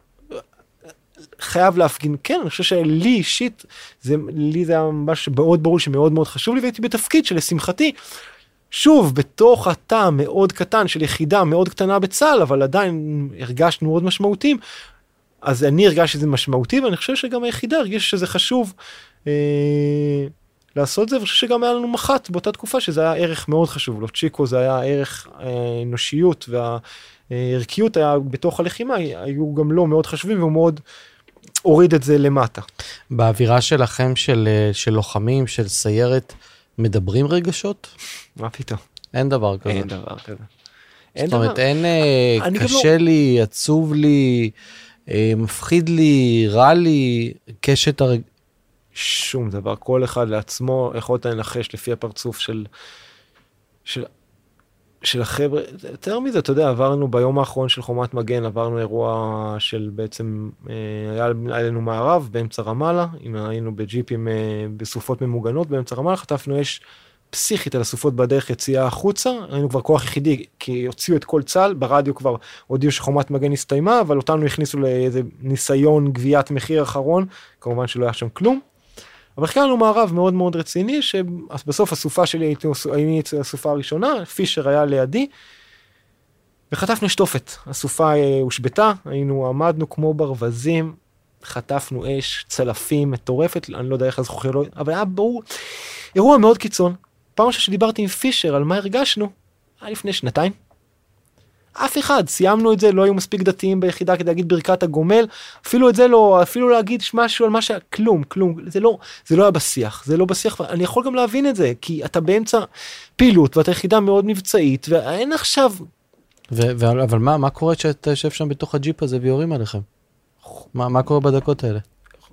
חייב להפגין. כן, אני חושב שלי אישית, זה, לי זה היה ממש מאוד ברור שמאוד מאוד חשוב לי, והייתי בתפקיד שלשמחתי, שוב, בתוך התא מאוד קטן של יחידה מאוד קטנה בצה"ל, אבל עדיין הרגשנו מאוד משמעותיים, אז אני הרגש שזה משמעותי, ואני חושב שגם היחידה הרגיש שזה חשוב אה, לעשות זה, ואני חושב שגם היה לנו מח"ט באותה תקופה, שזה היה ערך מאוד חשוב לו. צ'יקו זה היה ערך האנושיות, והערכיות היה בתוך הלחימה, היו גם לא מאוד חשובים, והוא מאוד הוריד את זה למטה. באווירה שלכם של, של לוחמים, של סיירת, מדברים רגשות? מה פתאום? אין דבר כזה. אין דבר כזה. זאת אומרת, אין קשה לי, עצוב לי, מפחיד לי, רע לי, קשת הרג... שום דבר. כל אחד לעצמו יכולת לנחש לפי הפרצוף של, של, של החבר'ה. יותר מזה, אתה יודע, עברנו ביום האחרון של חומת מגן, עברנו אירוע של בעצם, היה עלינו מערב באמצע רמאללה, היינו בג'יפים בסופות ממוגנות באמצע רמאללה, חטפנו אש פסיכית על הסופות בדרך יציאה החוצה, היינו כבר כוח יחידי, כי הוציאו את כל צה"ל, ברדיו כבר הודיעו שחומת מגן הסתיימה, אבל אותנו הכניסו לאיזה ניסיון גביית מחיר אחרון, כמובן שלא היה שם כלום. אבל חכה לנו מערב מאוד מאוד רציני, שבסוף הסופה שלי הייתי הסופה הראשונה, פישר היה לידי, וחטפנו שטופת. הסופה הושבתה, היינו, עמדנו כמו ברווזים, חטפנו אש, צלפים, מטורפת, אני לא יודע איך הזכוכי לא, אבל היה ברור, אירוע מאוד קיצון. פעם שדיברתי עם פישר על מה הרגשנו, היה לפני שנתיים. אף אחד, סיימנו את זה, לא היו מספיק דתיים ביחידה כדי להגיד ברכת הגומל, אפילו את זה לא, אפילו להגיד משהו על מה שהיה, כלום, כלום, זה לא, זה לא היה בשיח, זה לא בשיח, ואני יכול גם להבין את זה, כי אתה באמצע פעילות, ואתה יחידה מאוד מבצעית, ואין עכשיו... ו- ו- אבל מה, מה קורה שאתה יושב שם בתוך הג'יפ הזה ויורים עליכם? מה, מה קורה בדקות האלה?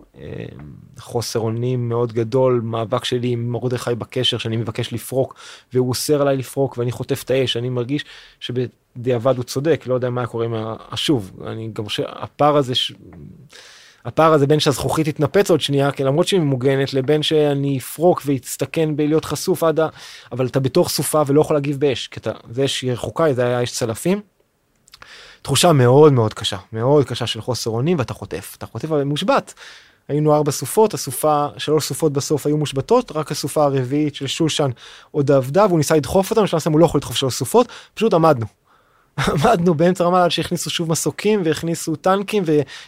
חוסר אונים מאוד גדול, מאבק שלי עם מרדכי בקשר, שאני מבקש לפרוק, והוא אוסר עליי לפרוק, ואני חוטף את האש, אני מרגיש שבדיעבד הוא צודק, לא יודע מה קורה עם השוב, אני גם חושב, הפער הזה, הפער הזה בין שהזכוכית תתנפץ עוד שנייה, כי למרות שהיא מוגנת, לבין שאני אפרוק ויתסתכן בלהיות חשוף עד ה... אבל אתה בתוך סופה ולא יכול להגיב באש, כי אתה, זה אש רחוקה, זה היה אש צלפים, תחושה מאוד מאוד קשה, מאוד קשה של חוסר אונים, ואתה חוטף, אתה חוטף ומושבת. היינו ארבע סופות, הסופה, שלוש סופות בסוף היו מושבתות, רק הסופה הרביעית של שושן עוד עבדה, והוא ניסה לדחוף אותנו, שלמעשה הוא לא יכול לדחוף שלוש סופות, פשוט עמדנו. עמדנו באמצע רמאללה עד שהכניסו שוב מסוקים, והכניסו טנקים,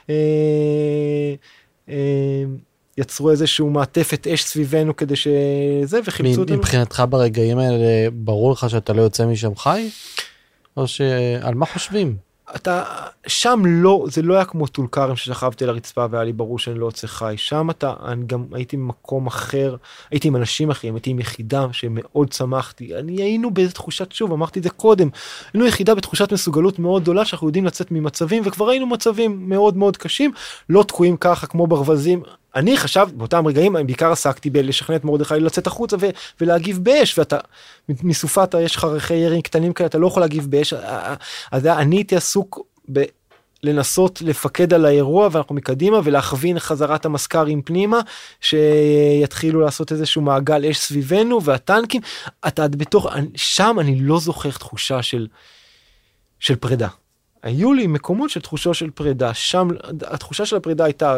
ויצרו איזשהו מעטפת אש סביבנו כדי שזה, וחילצו אותנו. מבחינתך ברגעים האלה, ברור לך שאתה לא יוצא משם חי? או שעל מה חושבים? אתה, שם לא, זה לא היה כמו טול כרם ששכבתי על הרצפה והיה לי ברור שאני לא יוצא חי. שם אתה, אני גם הייתי במקום אחר, הייתי עם אנשים אחרים, הייתי עם יחידה שמאוד צמחתי. אני היינו באיזו תחושת, שוב, אמרתי את זה קודם, היינו יחידה בתחושת מסוגלות מאוד גדולה, שאנחנו יודעים לצאת ממצבים, וכבר היינו מצבים מאוד מאוד קשים, לא תקועים ככה כמו ברווזים. אני חשב, באותם רגעים, בעיקר עסקתי בלשכנע את מרדכי לצאת החוצה ו- ולהגיב באש, ואתה, מסופת, יש לך ערכי ירי קטנים כאלה, אתה לא יכול להגיב באש, אז אני הייתי עסוק ב- לנסות לפקד על האירוע, ואנחנו מקדימה, ולהכווין חזרת המסקרים פנימה, שיתחילו לעשות איזשהו מעגל אש סביבנו, והטנקים, אתה בתוך, שם אני לא זוכר תחושה של, של פרידה. היו לי מקומות של תחושה של פרידה, שם, התחושה של הפרידה הייתה,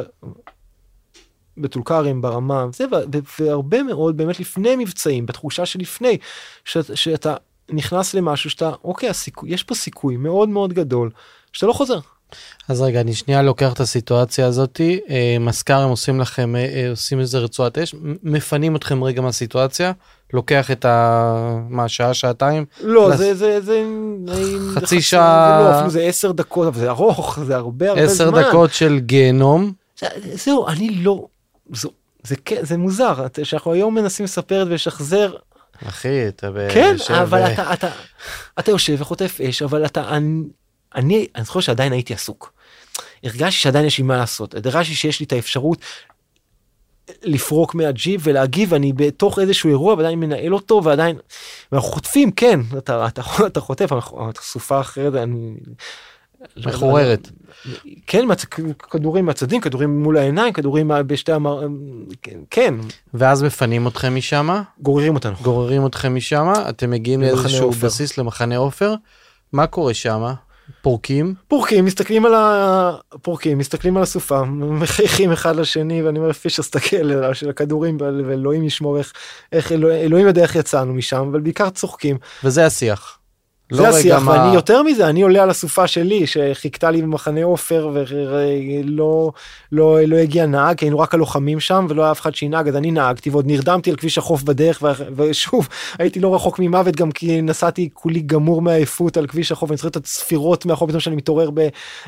בטול כרם ברמה, זה, והרבה מאוד באמת לפני מבצעים, בתחושה שלפני, שאת, שאתה נכנס למשהו שאתה, אוקיי, הסיכוי, יש פה סיכוי מאוד מאוד גדול, שאתה לא חוזר. אז רגע, אני שנייה לוקח את הסיטואציה הזאת, מסקרים עושים לכם, עושים איזה רצועת אש, מפנים אתכם רגע מהסיטואציה, לוקח את ה... מה, שעה, שעתיים? לא, לס... זה, זה, זה... חצי שעה... זה לא, אפילו זה עשר דקות, אבל זה ארוך, זה הרבה הרבה עשר זמן. עשר דקות של גיהנום. זה, זהו, אני לא... זה, זה, זה מוזר, שאנחנו היום מנסים לספר ולשחזר. אחי, אתה... כן, אבל ו... אתה, אתה, אתה יושב וחוטף אש, אבל אתה... אני, אני, אני זוכר שעדיין הייתי עסוק. הרגשתי שעדיין יש לי מה לעשות. הרגשתי שיש לי את האפשרות לפרוק מהג'יפ ולהגיב, ואני בתוך איזשהו אירוע, ועדיין מנהל אותו, ועדיין... ואנחנו חוטפים, כן, אתה, אתה, אתה חוטף, אתה סופה אחרת, אני... מחוררת. כן, כדורים מהצדים, כדורים מול העיניים, כדורים בשתי המר... כן. ואז מפנים אתכם משם? גוררים אותנו. גוררים אתכם משם, אתם מגיעים לאיזשהו בסיס למחנה עופר. מה קורה שם? פורקים? פורקים, מסתכלים על ה... פורקים, מסתכלים על הסופה, מחייכים אחד לשני, ואני אומר, פישר, סתכל של הכדורים, ואלוהים ישמור איך, איך אלוהים יודע איך יצאנו משם, אבל בעיקר צוחקים. וזה השיח. זה השיח, ואני יותר מזה, אני עולה על הסופה שלי, שחיכתה לי במחנה עופר, ולא לא, לא הגיע נהג, כי היינו רק הלוחמים שם, ולא היה אף אחד שינהג, אז אני נהגתי, ועוד נרדמתי על כביש החוף בדרך, ושוב, הייתי לא רחוק ממוות, גם כי נסעתי כולי גמור מהעייפות על כביש החוף, אני צריך את הספירות מהחוף, פתאום שאני מתעורר ב...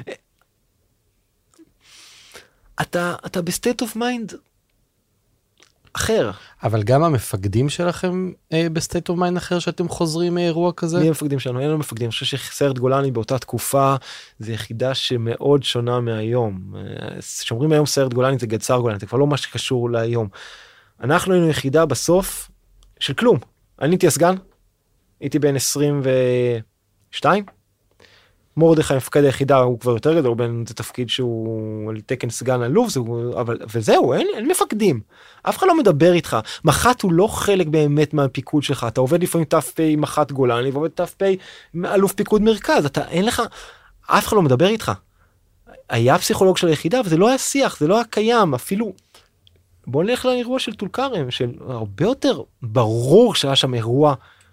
אתה, אתה בסטייט אוף מיינד אחר. אבל גם המפקדים שלכם אה, בסטייט אוף מיינד אחר, שאתם חוזרים מאירוע כזה? מי המפקדים שלנו? אין לנו מפקדים. אני חושב שסיירת גולני באותה תקופה, זה יחידה שמאוד שונה מהיום. שאומרים היום סיירת גולני זה גדס"ר גולני, זה כבר לא מה שקשור להיום. אנחנו היינו יחידה בסוף של כלום. אני הייתי הסגן, הייתי בן עשרים ושתיים, מרדכי מפקד היחידה הוא כבר יותר גדול, בין זה תפקיד שהוא על תקן סגן אלוף, זה, אבל, וזהו, אין, אין מפקדים. אף אחד לא מדבר איתך. מח"ט הוא לא חלק באמת מהפיקוד שלך. אתה עובד לפעמים ת"פ מח"ט גולני, ועובד ת"פ אלוף פיקוד מרכז. אתה, אין לך, אף אחד לא מדבר איתך. היה פסיכולוג של היחידה, וזה לא היה שיח, זה לא היה קיים. אפילו, בוא נלך לאירוע של טול כרם, של הרבה יותר ברור שהיה שם אירוע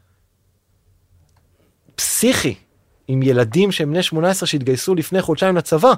פסיכי. עם ילדים שהם בני שמונה עשרה שהתגייסו לפני חודשיים לצבא,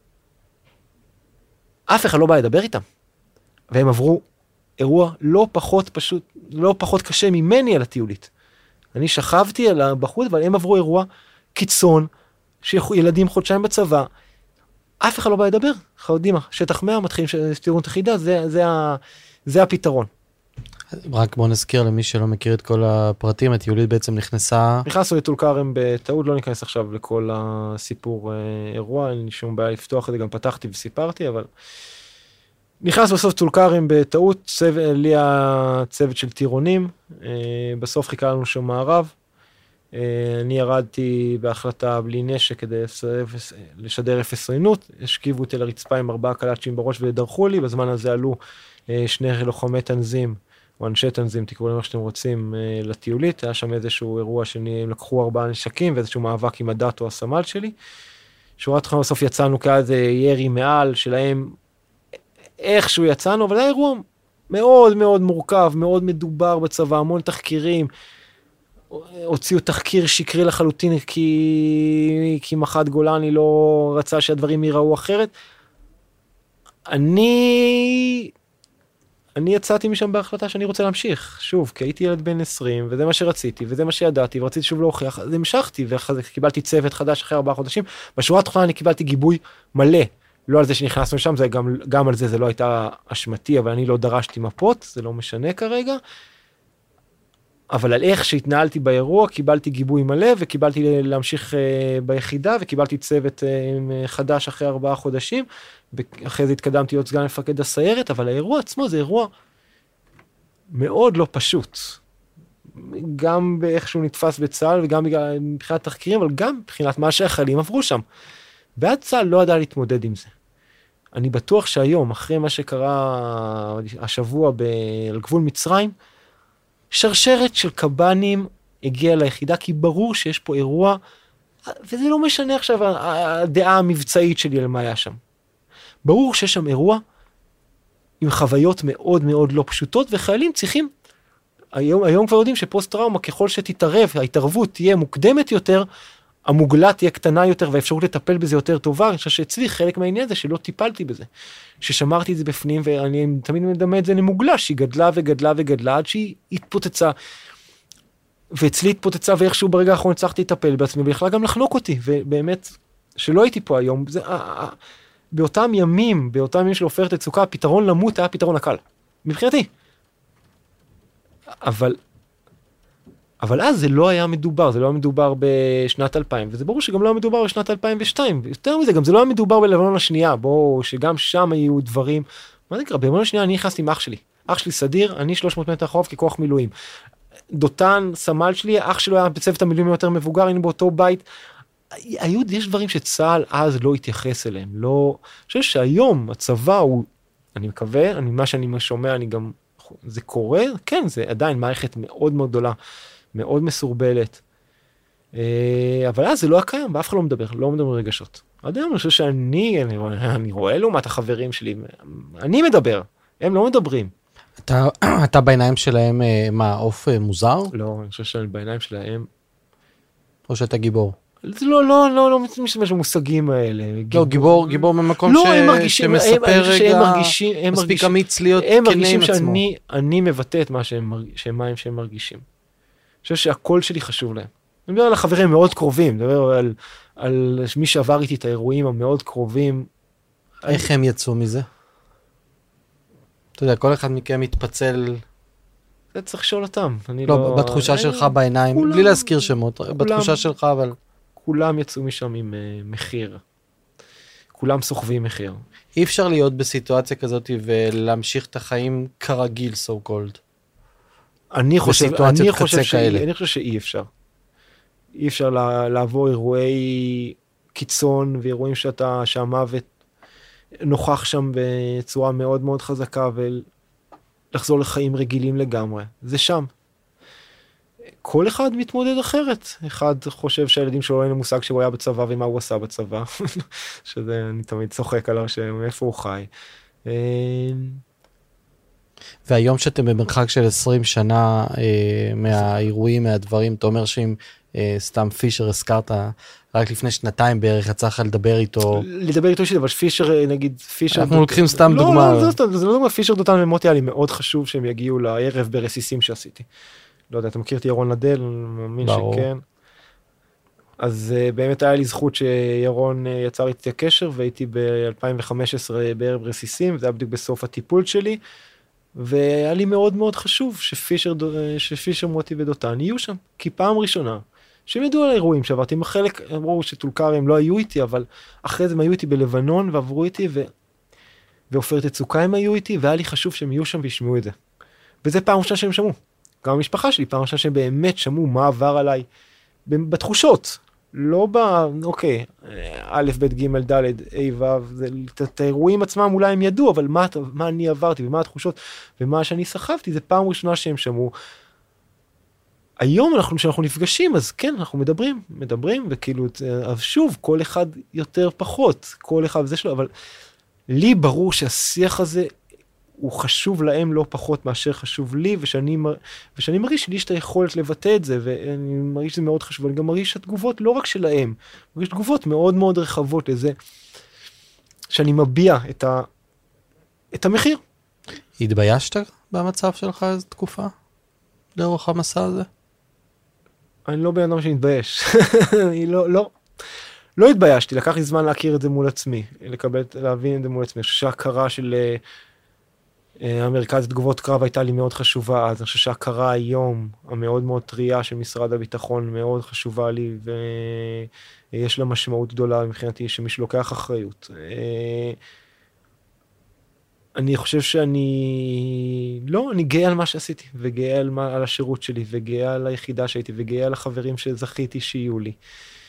אף אחד לא בא לדבר איתם. והם עברו אירוע לא פחות פשוט, לא פחות קשה ממני על הטיולית. אני שכבתי על בחוץ, אבל הם עברו אירוע קיצון, שילדים חודשיים בצבא, אף אחד לא בא לדבר. אנחנו יודעים מה, שטח מאה מתחילים שתראו את החידה, זה, זה, זה הפתרון. רק בוא נזכיר למי שלא מכיר את כל הפרטים, הטיולית בעצם נכנסה... נכנסנו לטול כרם בטעות, לא ניכנס עכשיו לכל הסיפור אירוע, אין לי שום בעיה לפתוח את זה, גם פתחתי וסיפרתי, אבל... נכנס בסוף טול כרם בטעות, צו... לי הצוות של טירונים, בסוף חיכה לנו שם מערב, אני ירדתי בהחלטה בלי נשק כדי לשדר אפס עוינות, השכיבו אותי לרצפה עם ארבעה קלאצ'ים בראש ודרכו לי, בזמן הזה עלו שני לוחמי תנזים, או אנשי תנזים, תקראו למה שאתם רוצים, לטיולית. היה שם איזשהו אירוע שהם לקחו ארבעה נשקים, ואיזשהו מאבק עם הדת או הסמל שלי. שורת חיים בסוף יצאנו כאיזה ירי מעל שלהם, איכשהו יצאנו, אבל היה אירוע מאוד מאוד מורכב, מאוד מדובר בצבא, המון תחקירים. הוציאו תחקיר שקרי לחלוטין, כי, כי מח"ט גולני לא רצה שהדברים ייראו אחרת. אני... אני יצאתי משם בהחלטה שאני רוצה להמשיך, שוב, כי הייתי ילד בן עשרים, וזה מה שרציתי, וזה מה שידעתי, ורציתי שוב להוכיח, אז המשכתי, וקיבלתי צוות חדש אחרי ארבעה חודשים, בשורה התחתונה אני קיבלתי גיבוי מלא, לא על זה שנכנסנו לשם, זה גם, גם על זה, זה לא הייתה אשמתי, אבל אני לא דרשתי מפות, זה לא משנה כרגע, אבל על איך שהתנהלתי באירוע, קיבלתי גיבוי מלא, וקיבלתי להמשיך uh, ביחידה, וקיבלתי צוות uh, חדש אחרי ארבעה חודשים, ואחרי זה התקדמתי להיות סגן מפקד הסיירת, אבל האירוע עצמו זה אירוע מאוד לא פשוט. גם באיך שהוא נתפס בצה"ל, וגם מבחינת תחקירים, אבל גם מבחינת מה שהחיילים עברו שם. ועד צה"ל לא ידע להתמודד עם זה. אני בטוח שהיום, אחרי מה שקרה השבוע ב... על גבול מצרים, שרשרת של קב"נים הגיעה ליחידה, כי ברור שיש פה אירוע, וזה לא משנה עכשיו הדעה המבצעית שלי על מה היה שם. ברור שיש שם אירוע עם חוויות מאוד מאוד לא פשוטות, וחיילים צריכים, היום, היום כבר יודעים שפוסט-טראומה, ככל שתתערב, ההתערבות תהיה מוקדמת יותר, המוגלה תהיה קטנה יותר, והאפשרות לטפל בזה יותר טובה. אני חושב שאצלי חלק מהעניין זה שלא טיפלתי בזה, ששמרתי את זה בפנים, ואני תמיד מדמה את זה למוגלה, שהיא גדלה וגדלה וגדלה, עד שהיא התפוצצה, ואצלי התפוצצה, ואיכשהו ברגע האחרון הצלחתי לטפל בעצמי, ויכלה גם לחנוק אותי, ובאמת, שלא הייתי פה היום, זה, באותם ימים, באותם ימים של עופרת יצוקה, הפתרון למות היה הפתרון הקל, מבחינתי. אבל, אבל אז זה לא היה מדובר, זה לא היה מדובר בשנת אלפיים, וזה ברור שגם לא היה מדובר בשנת אלפיים ושתיים, יותר מזה, גם זה לא היה מדובר בלבנון השנייה, בו שגם שם היו דברים, מה זה קרה? בלבנון השנייה אני נכנסתי עם אח שלי, אח שלי סדיר, אני שלוש מאות מטר אחריו ככוח מילואים. דותן, סמל שלי, אח שלו היה בצוות המילואים יותר מבוגר, היינו באותו בית, היו, יש דברים שצה"ל אז לא התייחס אליהם, לא, אני חושב שהיום הצבא הוא, אני מקווה, אני, מה שאני שומע, אני גם, זה קורה, כן, זה עדיין מערכת מאוד מאוד גדולה, מאוד מסורבלת, אבל אז זה לא הקיים, ואף אחד לא מדבר, לא מדבר רגשות. עד היום אני חושב שאני, אני, אני רואה לעומת החברים שלי, אני מדבר, הם לא מדברים. אתה, אתה בעיניים שלהם, מה, עוף מוזר? לא, אני חושב שאני בעיניים שלהם. או שאתה גיבור? זה לא, לא, לא, לא משתמש במושגים האלה. לא, גיבור, גיבור ממקום לא, ש... הם מרגישים, שמספר הם, רגע, הם מרגישים, הם מספיק מרגישים, אמיץ להיות הם כנה עם מרגישים עצמו. שאני, אני מבטא את מה שהם, שהם, שהם מרגישים. אני חושב שהקול שלי חשוב להם. אני מדבר על החברים מאוד קרובים, אני מדבר על, על מי שעבר איתי את האירועים המאוד קרובים. איך הם יצאו מזה? אתה יודע, כל אחד מכם מתפצל... זה צריך לשאול אותם. אני לא, לא... בתחושה אני... שלך בעיניים, כולם, בלי להזכיר שמות, כולם, בתחושה שלך, אבל... כולם יצאו משם עם uh, מחיר. כולם סוחבים מחיר. אי אפשר להיות בסיטואציה כזאת ולהמשיך את החיים כרגיל, so called. אני חושב, אני חושב, כאלה. אני חושב שאי אפשר. אי אפשר לעבור אירועי קיצון ואירועים שאתה, שהמוות נוכח שם בצורה מאוד מאוד חזקה ולחזור לחיים רגילים לגמרי. זה שם. כל אחד מתמודד אחרת. אחד חושב שהילדים שלו אין מושג שהוא היה בצבא ומה הוא עשה בצבא. שזה, אני תמיד צוחק עליו שאיפה הוא חי. והיום שאתם במרחק של עשרים שנה אה, מהאירועים, מהדברים, אתה אומר שאם אה, סתם פישר הזכרת, רק לפני שנתיים בערך יצא לך לדבר איתו. לדבר איתו אישית, אבל פישר, נגיד, פישר... אנחנו לוקחים סתם לא, דוגמה. לא, לא, זה לא דוגמה, פישר דותן ומוטי היה לי מאוד חשוב שהם יגיעו לערב ברסיסים שעשיתי. לא יודע, אתה מכיר את ירון לדל? אני מאמין שכן. אז uh, באמת היה לי זכות שירון uh, יצר איתי הקשר, והייתי ב-אלפיים וחמש עשרה בערב רסיסים, זה היה בדיוק בסוף הטיפול שלי, והיה לי מאוד מאוד חשוב שפישר, שפישר מוטי ודותן יהיו שם, כי פעם ראשונה, שהם ידעו על האירועים שעברתי, עם החלק, אמרו שטולקרי הם לא היו איתי, אבל אחרי זה הם היו איתי בלבנון, ועברו איתי, ו... ועופרת יצוקה הם היו איתי, והיה לי חשוב שהם יהיו שם וישמעו את זה. וזה פעם ראשונה שהם שמעו. גם המשפחה שלי, פעם ראשונה שהם באמת שמעו מה עבר עליי, בתחושות, לא ב... אוקיי, א', ב', ג', ד', א', ו', את האירועים עצמם אולי הם ידעו, אבל מה, מה אני עברתי, ומה התחושות, ומה שאני סחבתי, זה פעם ראשונה שהם שמעו. היום אנחנו, כשאנחנו נפגשים, אז כן, אנחנו מדברים, מדברים, וכאילו, אז שוב, כל אחד יותר פחות, כל אחד זה שלו, אבל לי ברור שהשיח הזה, הוא חשוב להם לא פחות מאשר חשוב לי, ושאני, ושאני מרגיש שלי יש את היכולת לבטא את זה, ואני מרגיש שזה מאוד חשוב, אני גם מרגיש שהתגובות לא רק שלהם, מרגיש תגובות מאוד מאוד רחבות לזה, שאני מביע את, ה, את המחיר. התביישת במצב שלך איזו תקופה? לאורך המסע הזה? אני לא בן אדם שמתבייש. אני לא, לא, לא התביישתי, לקח לי זמן להכיר את זה מול עצמי, לקבל, להבין את זה מול עצמי. אני חושב שההכרה של uh, המרכז לתגובות קרב הייתה לי מאוד חשובה, אז אני חושב שההכרה היום, המאוד מאוד טריה של משרד הביטחון, מאוד חשובה לי, ויש לה משמעות גדולה מבחינתי, שמישהו לוקח אחריות. Uh, אני חושב שאני, לא, אני גאה על מה שעשיתי, וגאה על, מה, על השירות שלי, וגאה על היחידה שהייתי, וגאה על החברים שזכיתי שיהיו לי.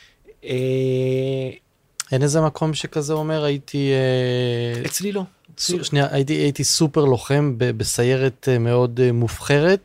אין איזה מקום שכזה אומר, הייתי... אצלי לא. שנייה, הייתי, הייתי סופר לוחם בסיירת מאוד מובחרת,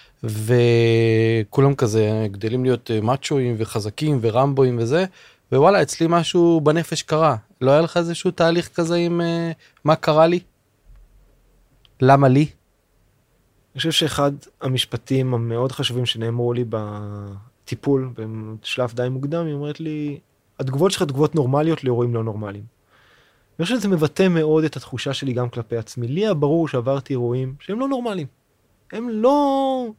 וכולם כזה גדלים להיות מאצ'ואים וחזקים ורמבואים וזה, ווואלה, אצלי משהו בנפש קרה. לא היה לך איזשהו תהליך כזה עם מה קרה לי? למה לי? אני חושב שאחד המשפטים המאוד חשובים שנאמרו לי בטיפול, בשלב די מוקדם, היא אומרת לי, התגובות שלך תגובות נורמליות לאירועים לא נורמליים. אני חושב שזה מבטא מאוד את התחושה שלי גם כלפי עצמי. לי היה ברור שעברתי אירועים שהם לא נורמליים. הם לא...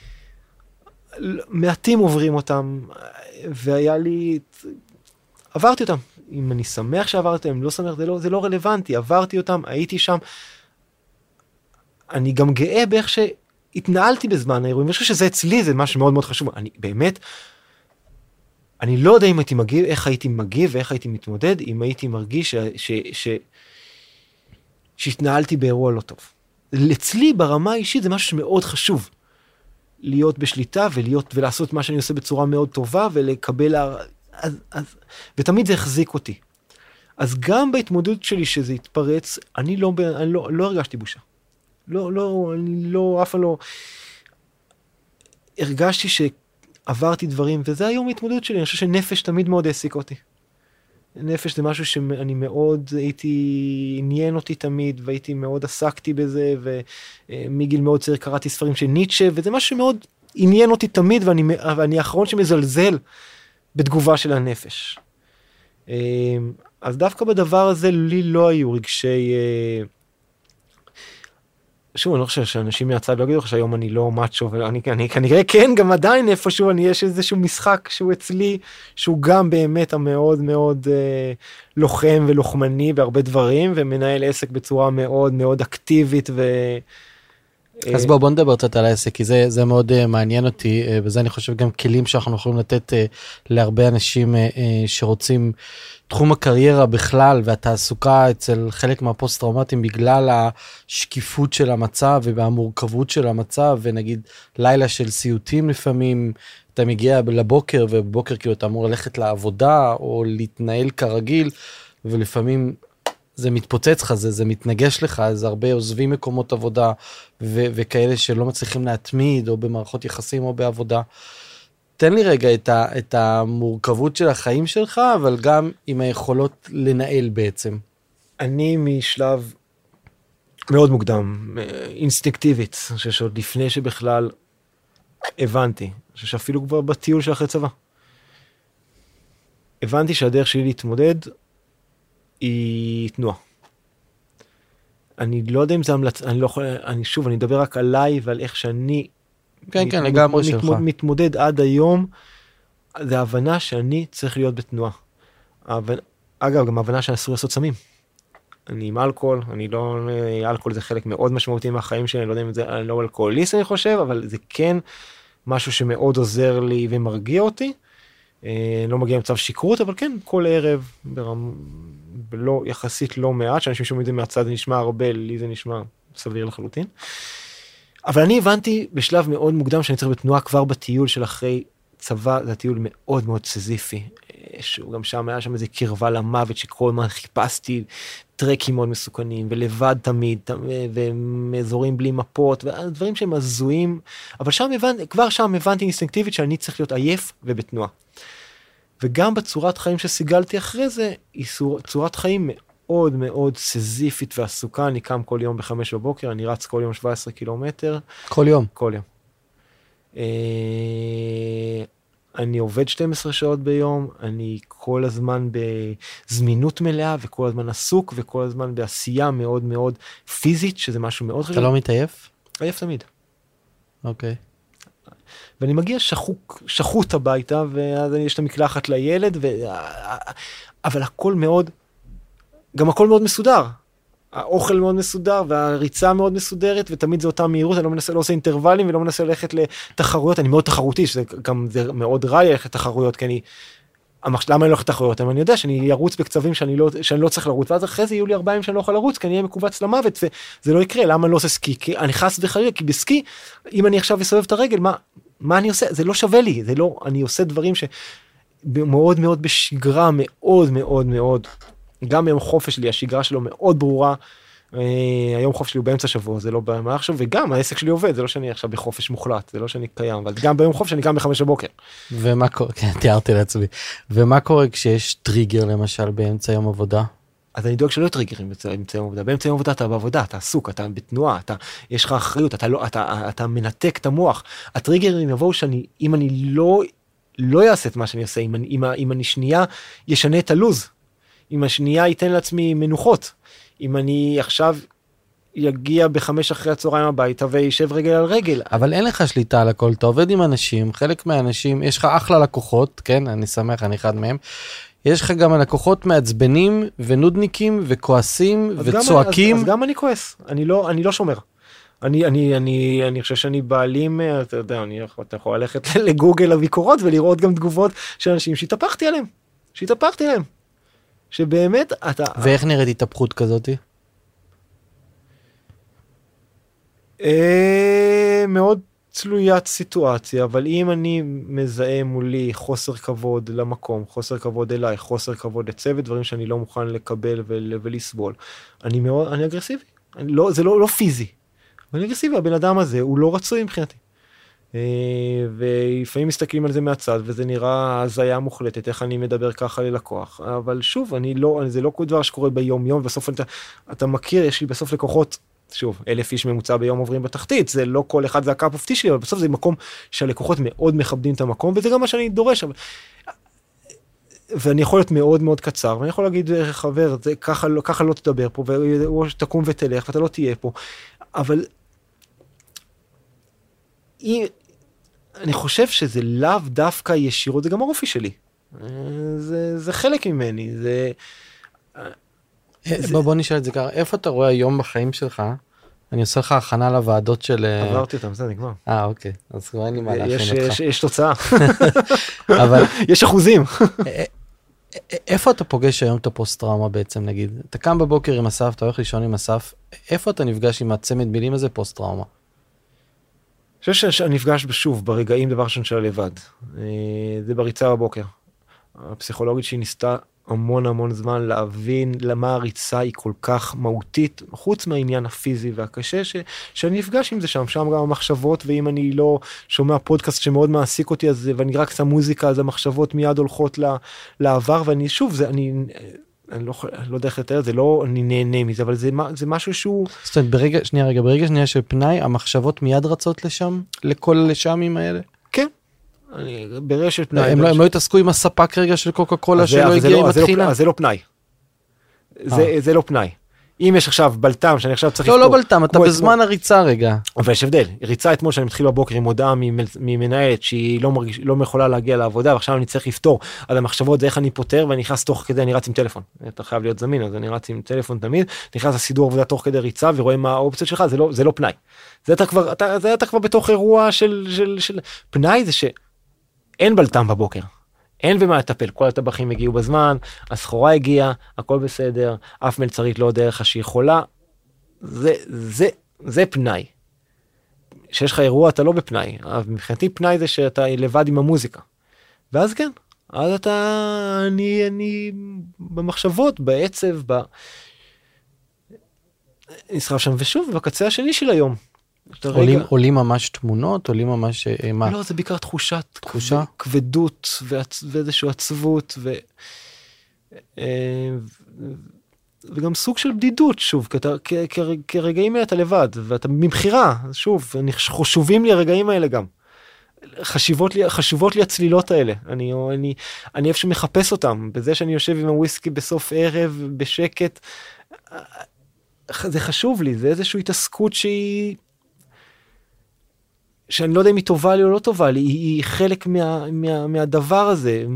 מעטים עוברים אותם, והיה לי... עברתי אותם. אם אני שמח שעברתי אותם, אם לא שמח, זה לא, זה לא רלוונטי. עברתי אותם, הייתי שם. אני גם גאה באיך שהתנהלתי בזמן האירועים, ואני חושב שזה אצלי, זה משהו מאוד מאוד חשוב. אני באמת, אני לא יודע אם הייתי מגיב, איך הייתי מגיב ואיך הייתי מתמודד, אם הייתי מרגיש ש, ש, ש, שהתנהלתי באירוע לא טוב. אצלי ברמה האישית זה משהו שמאוד חשוב, להיות בשליטה ולהיות, ולעשות מה שאני עושה בצורה מאוד טובה, ולקבל, אז, אז, ותמיד זה החזיק אותי. אז גם בהתמודדות שלי שזה התפרץ, אני לא, אני לא, לא הרגשתי בושה. לא, לא, אני לא, אף לא, הרגשתי שעברתי דברים, וזה היום ההתמודדות שלי, אני חושב שנפש תמיד מאוד העסיק אותי. נפש זה משהו שאני מאוד הייתי, עניין אותי תמיד, והייתי מאוד עסקתי בזה, ומגיל מאוד צעיר קראתי ספרים של ניטשה, וזה משהו שמאוד עניין אותי תמיד, ואני, ואני האחרון שמזלזל בתגובה של הנפש. אז דווקא בדבר הזה לי לא היו רגשי... שוב, אני לא חושב שאנשים מהצד לא יגידו לך שהיום אני לא מאצ'ו, ואני אני, כנראה כן, גם עדיין איפשהו, אני יש איזשהו משחק שהוא אצלי, שהוא גם באמת המאוד מאוד אה, לוחם ולוחמני בהרבה דברים, ומנהל עסק בצורה מאוד מאוד אקטיבית. ו... אז אה... בוא, בוא נדבר קצת על העסק, כי זה, זה מאוד אה, מעניין אותי, אה, וזה אני חושב גם כלים שאנחנו יכולים לתת אה, להרבה אנשים אה, אה, שרוצים... תחום הקריירה בכלל והתעסוקה אצל חלק מהפוסט-טראומטיים בגלל השקיפות של המצב והמורכבות של המצב, ונגיד לילה של סיוטים לפעמים, אתה מגיע לבוקר ובבוקר כאילו אתה אמור ללכת לעבודה או להתנהל כרגיל, ולפעמים זה מתפוצץ לך, זה, זה מתנגש לך, אז הרבה עוזבים מקומות עבודה ו- וכאלה שלא מצליחים להתמיד או במערכות יחסים או בעבודה. תן לי רגע את, ה, את המורכבות של החיים שלך, אבל גם עם היכולות לנהל בעצם. אני משלב מאוד מוקדם, אינסטינקטיבית, אני חושב שעוד לפני שבכלל הבנתי, אני חושב שאפילו כבר בטיול של אחרי צבא, הבנתי שהדרך שלי להתמודד היא תנועה. אני לא יודע אם זה המלצ... אני לא יכול, אני שוב, אני אדבר רק עליי ועל איך שאני כן, כן, לגמרי שלך. מתמודד עד היום, זה ההבנה שאני צריך להיות בתנועה. אגב, גם ההבנה שאני אסור לעשות סמים. אני עם אלכוהול, אני לא, אלכוהול זה חלק מאוד משמעותי מהחיים שלי, אני לא יודע אם זה לא אלכוהוליסט אני חושב, אבל זה כן משהו שמאוד עוזר לי ומרגיע אותי. לא מגיע למצב שכרות, אבל כן, כל ערב, לא, יחסית לא מעט, שאנשים שומעים את זה מהצד, זה נשמע הרבה, לי זה נשמע סביר לחלוטין. אבל אני הבנתי בשלב מאוד מוקדם שאני צריך בתנועה כבר בטיול של אחרי צבא, זה טיול מאוד מאוד סזיפי, שהוא גם שם היה שם איזה קרבה למוות שכל מה חיפשתי, טרקים מאוד מסוכנים, ולבד תמיד, ומאזורים בלי מפות, ודברים שהם הזויים, אבל שם הבנתי, כבר שם הבנתי אינסטינקטיבית שאני צריך להיות עייף ובתנועה. וגם בצורת חיים שסיגלתי אחרי זה, היא צורת חיים מאוד מאוד סזיפית ועסוקה, אני קם כל יום בחמש בבוקר, אני רץ כל יום שבע עשרה קילומטר. כל יום? כל יום. אני עובד שתים עשרה שעות ביום, אני כל הזמן בזמינות מלאה, וכל הזמן עסוק, וכל הזמן בעשייה מאוד מאוד פיזית, שזה משהו מאוד חשוב. אתה לא מתעייף? עייף תמיד. אוקיי. ואני מגיע שחוק, שחוט הביתה, ואז יש את המקלחת לילד, ו... אבל הכל מאוד, גם הכל מאוד מסודר. האוכל מאוד מסודר, והריצה מאוד מסודרת, ותמיד זה אותה מהירות, אני לא מנסה, לא עושה אינטרוולים, ולא מנסה ללכת לתחרויות, אני מאוד תחרותי, שזה גם, זה מאוד רע ללכת לתחרויות, כי אני, למה אני לא הולך לתחרויות? אני יודע שאני ארוץ בקצבים שאני לא, שאני לא צריך לרוץ, ואז אחרי זה יהיו לי ארבעה ימים שאני לא יכול לרוץ, כי אני אהיה מקובץ למוות, וזה לא יקרה. למה אני לא עושה סקי? כי אני חס וחלילה, כי בסקי, אם אני עכשיו אסובב את הרגל, מה, מה אני עושה? זה לא שווה לי, זה לא, אני עושה דברים שמאוד מאוד בשגרה, מאוד מאוד מאוד, גם ביום חופש שלי, השגרה שלו מאוד ברורה, היום חופש שלי הוא באמצע שבוע, זה לא במהלך שבוע, וגם העסק שלי עובד, זה לא שאני עכשיו בחופש מוחלט, זה לא שאני קיים, אבל גם ביום חופש אני קם בחמש בבוקר. ומה קורה, כן, תיארתי לעצמי, ומה קורה כשיש טריגר למשל באמצע יום עבודה? אז אני דואג שלא טריגרים באמצע יום עבודה, באמצע יום עבודה אתה בעבודה, אתה עסוק, אתה בתנועה, אתה, יש לך אחריות, אתה לא, אתה, אתה מנתק את המוח. הטריגרים יבואו שאני, אם אני לא, לא אעשה את מה שאני עושה, אם אני, אם, אם אני שנייה ישנה את הלוז, אם השנייה ייתן לעצמי מנוחות, אם אני עכשיו יגיע בחמש אחרי הצהריים הביתה וישב רגל על רגל. אבל אין לך שליטה על הכל, אתה עובד עם אנשים, חלק מהאנשים, יש לך אחלה לקוחות, כן, אני שמח, אני אחד מהם, יש לך גם לקוחות מעצבנים ונודניקים וכועסים וצועקים. אז, אז גם אני כועס, אני לא, אני לא שומר. אני, אני, אני, אני חושב שאני בעלים, אתה יודע, אני, אתה יכול ללכת לגוגל הביקורות ולראות גם תגובות של אנשים שהתהפכתי עליהם, שהתהפכתי עליהם. שבאמת אתה... ואיך נראית התהפכות כזאתי? אה, מאוד תלוית סיטואציה, אבל אם אני מזהה מולי חוסר כבוד למקום, חוסר כבוד אליי, חוסר כבוד לצוות, דברים שאני לא מוכן לקבל ול, ולסבול, אני מאוד, אני אגרסיבי. אני לא, זה לא, לא פיזי. אני אגרסיבי, הבן אדם הזה הוא לא רצוי מבחינתי. ולפעמים מסתכלים על זה מהצד, וזה נראה הזיה מוחלטת, איך אני מדבר ככה ללקוח, אבל שוב, אני לא, זה לא כל דבר שקורה ביום יום, בסוף אתה, אתה מכיר, יש לי בסוף לקוחות, שוב, אלף איש ממוצע ביום עוברים בתחתית, זה לא כל אחד זה הקאפ אופטי שלי, אבל בסוף זה מקום שהלקוחות מאוד מכבדים את המקום, וזה גם מה שאני דורש, אבל... ואני יכול להיות מאוד מאוד קצר, ואני יכול להגיד, חבר, זה, ככה, ככה לא תדבר פה, או שתקום ותלך, ואתה לא תהיה פה, אבל... אני חושב שזה לאו דווקא ישירות, זה גם האופי שלי. זה, זה חלק ממני, זה... בוא, בוא נשאל את זה ככה, איפה אתה רואה היום בחיים שלך? אני עושה לך הכנה לוועדות של... עברתי אותם, זה נגמר. אה, אוקיי. אז כבר אין לי מה להכין אותך. יש, יש תוצאה. אבל... יש אחוזים. איפה אתה פוגש היום את הפוסט-טראומה בעצם, נגיד? אתה קם בבוקר עם אסף, אתה הולך לישון עם אסף, איפה אתה נפגש עם הצמד מילים הזה פוסט-טראומה? אני חושב שאני נפגש שוב ברגעים דבר ראשון של לבד. זה בריצה בבוקר. הפסיכולוגית שהיא ניסתה המון המון זמן להבין למה הריצה היא כל כך מהותית, חוץ מהעניין הפיזי והקשה, ש, שאני נפגש עם זה שם, שם גם המחשבות, ואם אני לא שומע פודקאסט שמאוד מעסיק אותי, אז, ואני רק שם מוזיקה, אז המחשבות מיד הולכות לה, לעבר, ואני שוב, זה, אני... אני לא, לא יודע איך לתאר, זה לא, אני נהנה מזה, אבל זה, זה משהו שהוא... זאת אומרת, ברגע, שנייה רגע, ברגע שנייה של פנאי, המחשבות מיד רצות לשם? לכל לשמים האלה? כן. אני, ברגע של פנאי... הם, לא, הם לא התעסקו עם הספק רגע של קוקה קולה שלא הגיע עם התחילה? אז זה לא פנאי. זה, זה לא פנאי. אם יש עכשיו בלטם שאני עכשיו צריך... לא, לא בלטם, אתה בזמן הריצה רגע. אבל יש הבדל. ריצה אתמול שאני מתחיל בבוקר עם הודעה ממנהלת שהיא לא מרגיש, לא יכולה להגיע לעבודה, ועכשיו אני צריך לפתור. אז המחשבות זה איך אני פותר, ואני נכנס תוך כדי, אני רץ עם טלפון. אתה חייב להיות זמין, אז אני רץ עם טלפון תמיד, נכנס לסידור עבודה תוך כדי ריצה, ורואה מה האופציות שלך, זה לא, זה לא פנאי. זה אתה כבר, אתה, זה אתה כבר בתוך אירוע של, של, של... פנאי זה שאין בלטם בבוקר. אין במה לטפל, כל הטבחים הגיעו בזמן, הסחורה הגיעה, הכל בסדר, אף מלצרית לא דרך שהיא חולה, זה, זה, זה פנאי. שיש לך אירוע אתה לא בפנאי, אבל מבחינתי פנאי זה שאתה לבד עם המוזיקה. ואז כן, אז אתה, אני, אני במחשבות, בעצב, ב... נסחב שם, ושוב, בקצה השני של היום. עולים, עולים ממש תמונות, עולים ממש... מה? לא, זה בעיקר תחושת תחושה? כבדות ואיזושהי עצבות ו... וגם סוג של בדידות, שוב, כרגעים האלה אתה לבד, ואתה מבחירה, שוב, חשובים לי הרגעים האלה גם. חשיבות לי, חשובות לי הצלילות האלה, אני, אני, אני איפה שמחפש אותם, בזה שאני יושב עם הוויסקי בסוף ערב, בשקט, זה חשוב לי, זה איזושהי התעסקות שהיא, שאני לא יודע אם היא טובה לי או לא טובה לי, היא, היא חלק מה, מה, מהדבר הזה.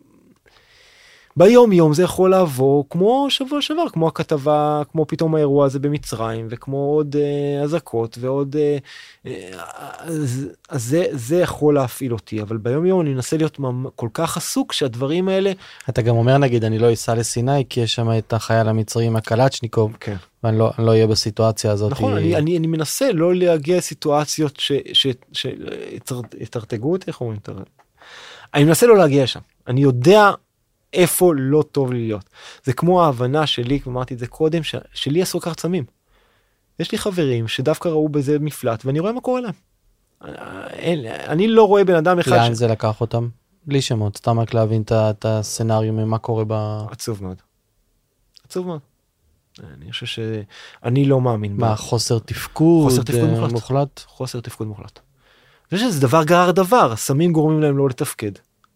ביום יום זה יכול לעבור כמו שבוע שעבר, כמו הכתבה, כמו פתאום האירוע הזה במצרים, וכמו עוד אה, הזקות, ועוד, אה, אה, אז, אז זה, זה יכול להפעיל אותי, אבל ביום יום אני אנסה להיות כל כך עסוק שהדברים האלה... אתה גם אומר, נגיד, אני לא אסע לסיני, כי יש שם את החייל המצרי עם הקלצ'ניקוב, כן. ואני לא, אני לא אהיה בסיטואציה הזאת. נכון, היא... אני, אני, אני מנסה לא להגיע לסיטואציות שיתרתגו אותי, איך אומרים? אני מנסה לא להגיע שם. אני יודע איפה לא טוב לי להיות. זה כמו ההבנה שלי, כמו אמרתי את זה קודם, ש, שלי אסור כך צמים. יש לי חברים שדווקא ראו בזה מפלט, ואני רואה מה קורה להם. אני, אני לא רואה בן אדם אחד... לאן ש... זה לקח אותם? בלי שמות, סתם רק להבין את הסצנריו ממה קורה ב... עצוב מאוד. עצוב מאוד. אני חושב שאני לא מאמין. מה, חוסר תפקוד? חוסר תפקוד מוחלט. מוחלט? חוסר תפקוד מוחלט. אני חושב שזה דבר גרר דבר, הסמים גורמים להם לא לתפקד.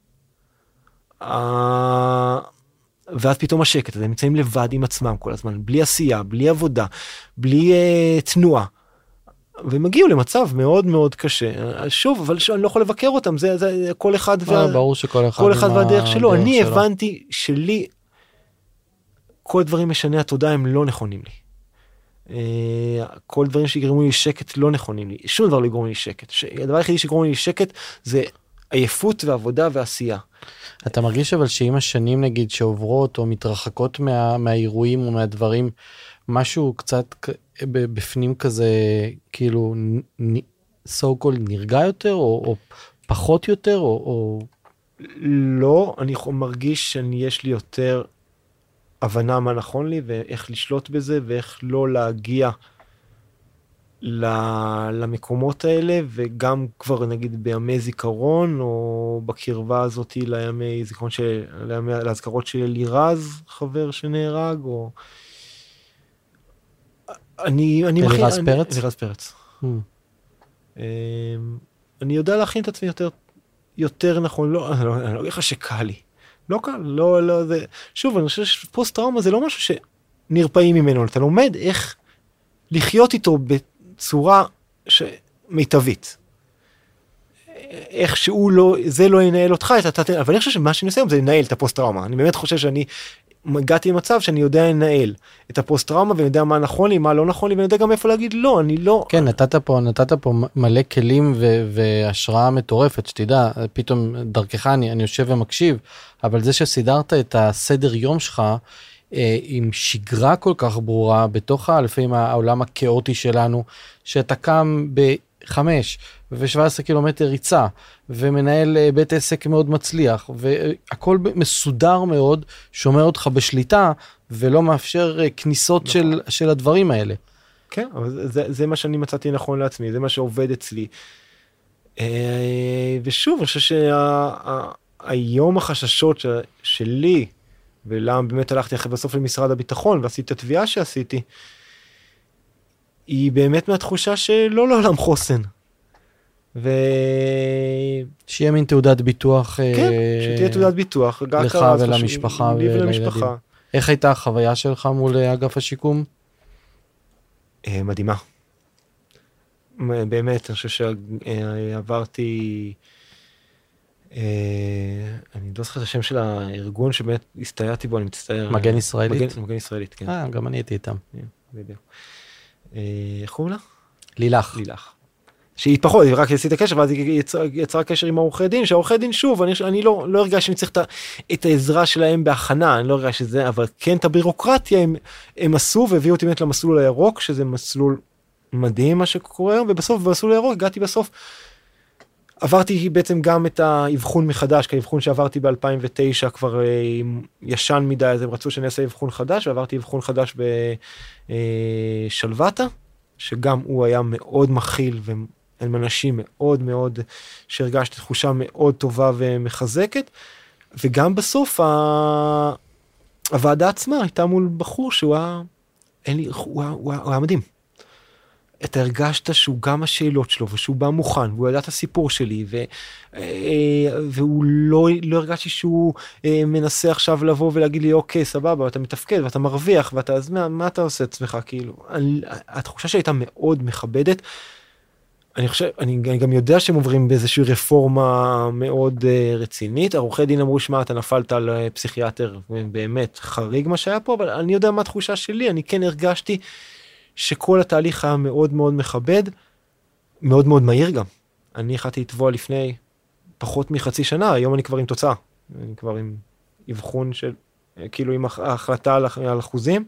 ואז פתאום השקט, הם נמצאים לבד עם עצמם כל הזמן, בלי עשייה, בלי עבודה, בלי תנועה. והם הגיעו למצב מאוד מאוד קשה. שוב, אבל אני לא יכול לבקר אותם, זה, זה כל אחד, וה... ברור שכל אחד, כל אחד והדרך שלו. אני שלו. הבנתי שלי, כל דברים משני התודעה הם לא נכונים לי. כל דברים שיגרמו לי שקט לא נכונים לי. שום דבר לא יגרום לי שקט. הדבר היחידי שיגרום לי שקט זה עייפות ועבודה ועשייה. אתה מרגיש אבל שעם השנים נגיד שעוברות או מתרחקות מה, מהאירועים או מהדברים, משהו קצת בפנים כזה כאילו so called נרגע יותר או, או פחות יותר או, או... לא, אני מרגיש שיש לי יותר הבנה מה נכון לי ואיך לשלוט בזה ואיך לא להגיע למקומות האלה, וגם כבר נגיד בימי זיכרון, או בקרבה הזאת לימי זיכרון, של, לימי, להזכרות של אלירז, חבר שנהרג, או... אני, אני מכין... אלירז פרץ? אלירז פרץ. Hmm. אני יודע להכין את עצמי יותר, יותר נכון, לא, אני לא, אני לא אגיד לך שקל לי. לא קל, לא, לא, זה... שוב, אני חושב שפוסט טראומה זה לא משהו שנרפאים ממנו, אתה לומד איך לחיות איתו בצורה מיטבית. איך שהוא לא, זה לא ינהל אותך, אבל אני חושב שמה שאני עושה זה לנהל את הפוסט טראומה. אני באמת חושב שאני הגעתי למצב שאני יודע לנהל את הפוסט טראומה, ואני יודע מה נכון לי, מה לא נכון לי, ואני יודע גם איפה להגיד לא, אני לא... כן, נתת פה, נתת פה מלא כלים ו- והשראה מטורפת, שתדע, פתאום דרכך אני, אני יושב ומקשיב, אבל זה שסידרת את הסדר יום שלך, אה, עם שגרה כל כך ברורה, בתוך לפעמים העולם הכאוטי שלנו, שאתה קם בחמש ו-שבע עשרה קילומטר ריצה, ומנהל בית עסק מאוד מצליח, והכל מסודר מאוד, שומר אותך בשליטה, ולא מאפשר כניסות נכון. של, של הדברים האלה. כן, אבל זה, זה מה שאני מצאתי נכון לעצמי, זה מה שעובד אצלי. ושוב, אני חושב שהיום החששות שלי, ולמה באמת הלכתי אחרי בסוף למשרד הביטחון, ועשיתי את התביעה שעשיתי, היא באמת מהתחושה שלא לעולם חוסן. ו... שיהיה מין תעודת ביטוח. כן, שתהיה תעודת ביטוח. לך ולמשפחה. לי ולמשפחה. איך הייתה החוויה שלך מול אגף השיקום? מדהימה. באמת, אני חושב שעברתי... אני לא זוכר את השם של הארגון שבאמת הסתייעתי בו, אני מצטער. מגן ישראלית? מגן ישראלית, כן. אה, גם אני הייתי איתם. בדיוק. איך קוראים לה? לילך. לילך. שהיא פחות, היא רק עשית קשר, ואז היא יצרה, יצרה קשר עם העורכי דין, שהעורכי דין שוב, אני, אני לא, לא הרגש שאני צריך את, את העזרה שלהם בהכנה, אני לא הרגש את זה, אבל כן את הבירוקרטיה הם, הם עשו, והביאו אותי באמת למסלול הירוק, שזה מסלול מדהים מה שקורה היום, ובסוף במסלול הירוק הגעתי בסוף, עברתי בעצם גם את האבחון מחדש, כי האבחון שעברתי ב-אלפיים ותשע כבר ישן מדי, אז הם רצו שאני אעשה אבחון חדש, ועברתי אבחון חדש בשלוותה, שגם הוא היה מאוד מכיל, והם אנשים מאוד מאוד, שהרגשתי תחושה מאוד טובה ומחזקת, וגם בסוף ה... הוועדה עצמה הייתה מול בחור שהוא היה, אין לי, הוא היה, הוא היה, הוא היה מדהים. אתה הרגשת שהוא גם השאלות שלו, ושהוא בא מוכן, והוא ידע את הסיפור שלי, ו, והוא לא, לא הרגשתי שהוא מנסה עכשיו לבוא ולהגיד לי, אוקיי, סבבה, ואתה מתפקד, ואתה מרוויח, ואתה, אז מה, מה אתה עושה עצמך? כאילו, התחושה שהייתה מאוד מכבדת, אני חושב, אני גם יודע שהם עוברים באיזושהי רפורמה מאוד רצינית, עורכי דין אמרו, שמע, אתה נפלת על פסיכיאטר, באמת חריג מה שהיה פה, אבל אני יודע מה התחושה שלי, אני כן הרגשתי שכל התהליך היה מאוד מאוד מכבד, מאוד מאוד מהיר גם. אני החלטתי לתבוע לפני פחות מחצי שנה, היום אני כבר עם תוצאה, אני כבר עם אבחון של, כאילו עם ההחלטה על אחוזים,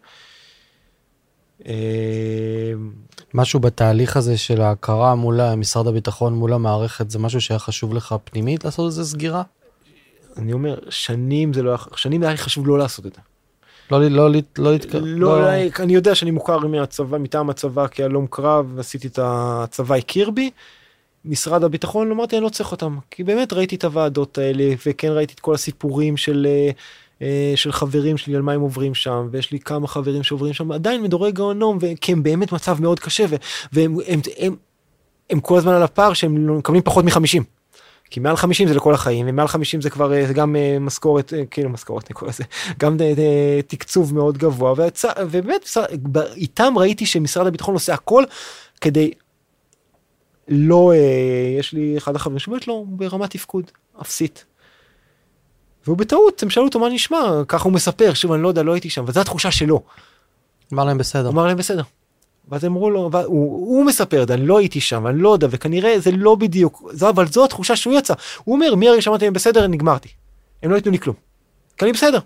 משהו בתהליך הזה של ההכרה מול משרד הביטחון, מול המערכת, זה משהו שהיה חשוב לך פנימית לעשות איזה סגירה? אני אומר, שנים זה לא, שנים היה לי חשוב לא לעשות את זה. לא, לא, לא, לא, אני יודע שאני מוכר מהצבא, מטעם הצבא כהלום קרב, עשיתי את הצבא הכיר בי, משרד הביטחון, אמרתי, אני לא צריך אותם, כי באמת ראיתי את הוועדות האלה, וכן ראיתי את כל הסיפורים של של חברים שלי על מה הם עוברים שם, ויש לי כמה חברים שעוברים שם, עדיין מדורי גיהנום, כי הם באמת מצב מאוד קשה, והם הם, הם, הם כל הזמן על הפער שהם מקבלים פחות מחמישים. כי מעל חמישים זה לכל החיים, ומעל חמישים זה כבר זה גם משכורת, כאילו משכורת נקרא לזה, גם תקצוב מאוד גבוה, ובאמת איתם ראיתי שמשרד הביטחון עושה הכל, כדי לא, יש לי אחד החברים שבאמת לא, ברמת תפקוד, אפסית. והוא בטעות, הם שאלו אותו מה נשמע, ככה הוא מספר, שוב אני לא יודע, לא הייתי שם, וזו התחושה שלו. אמר להם בסדר. אמר להם בסדר. ואז אמרו לו, הוא, הוא מספר, אני לא הייתי שם, אני לא יודע, וכנראה זה לא בדיוק, זה, אבל זו התחושה שהוא יצא. הוא אומר, מי הרי שמעתי להם בסדר, נגמרתי. הם לא יתנו לי כלום. כי אני בסדר.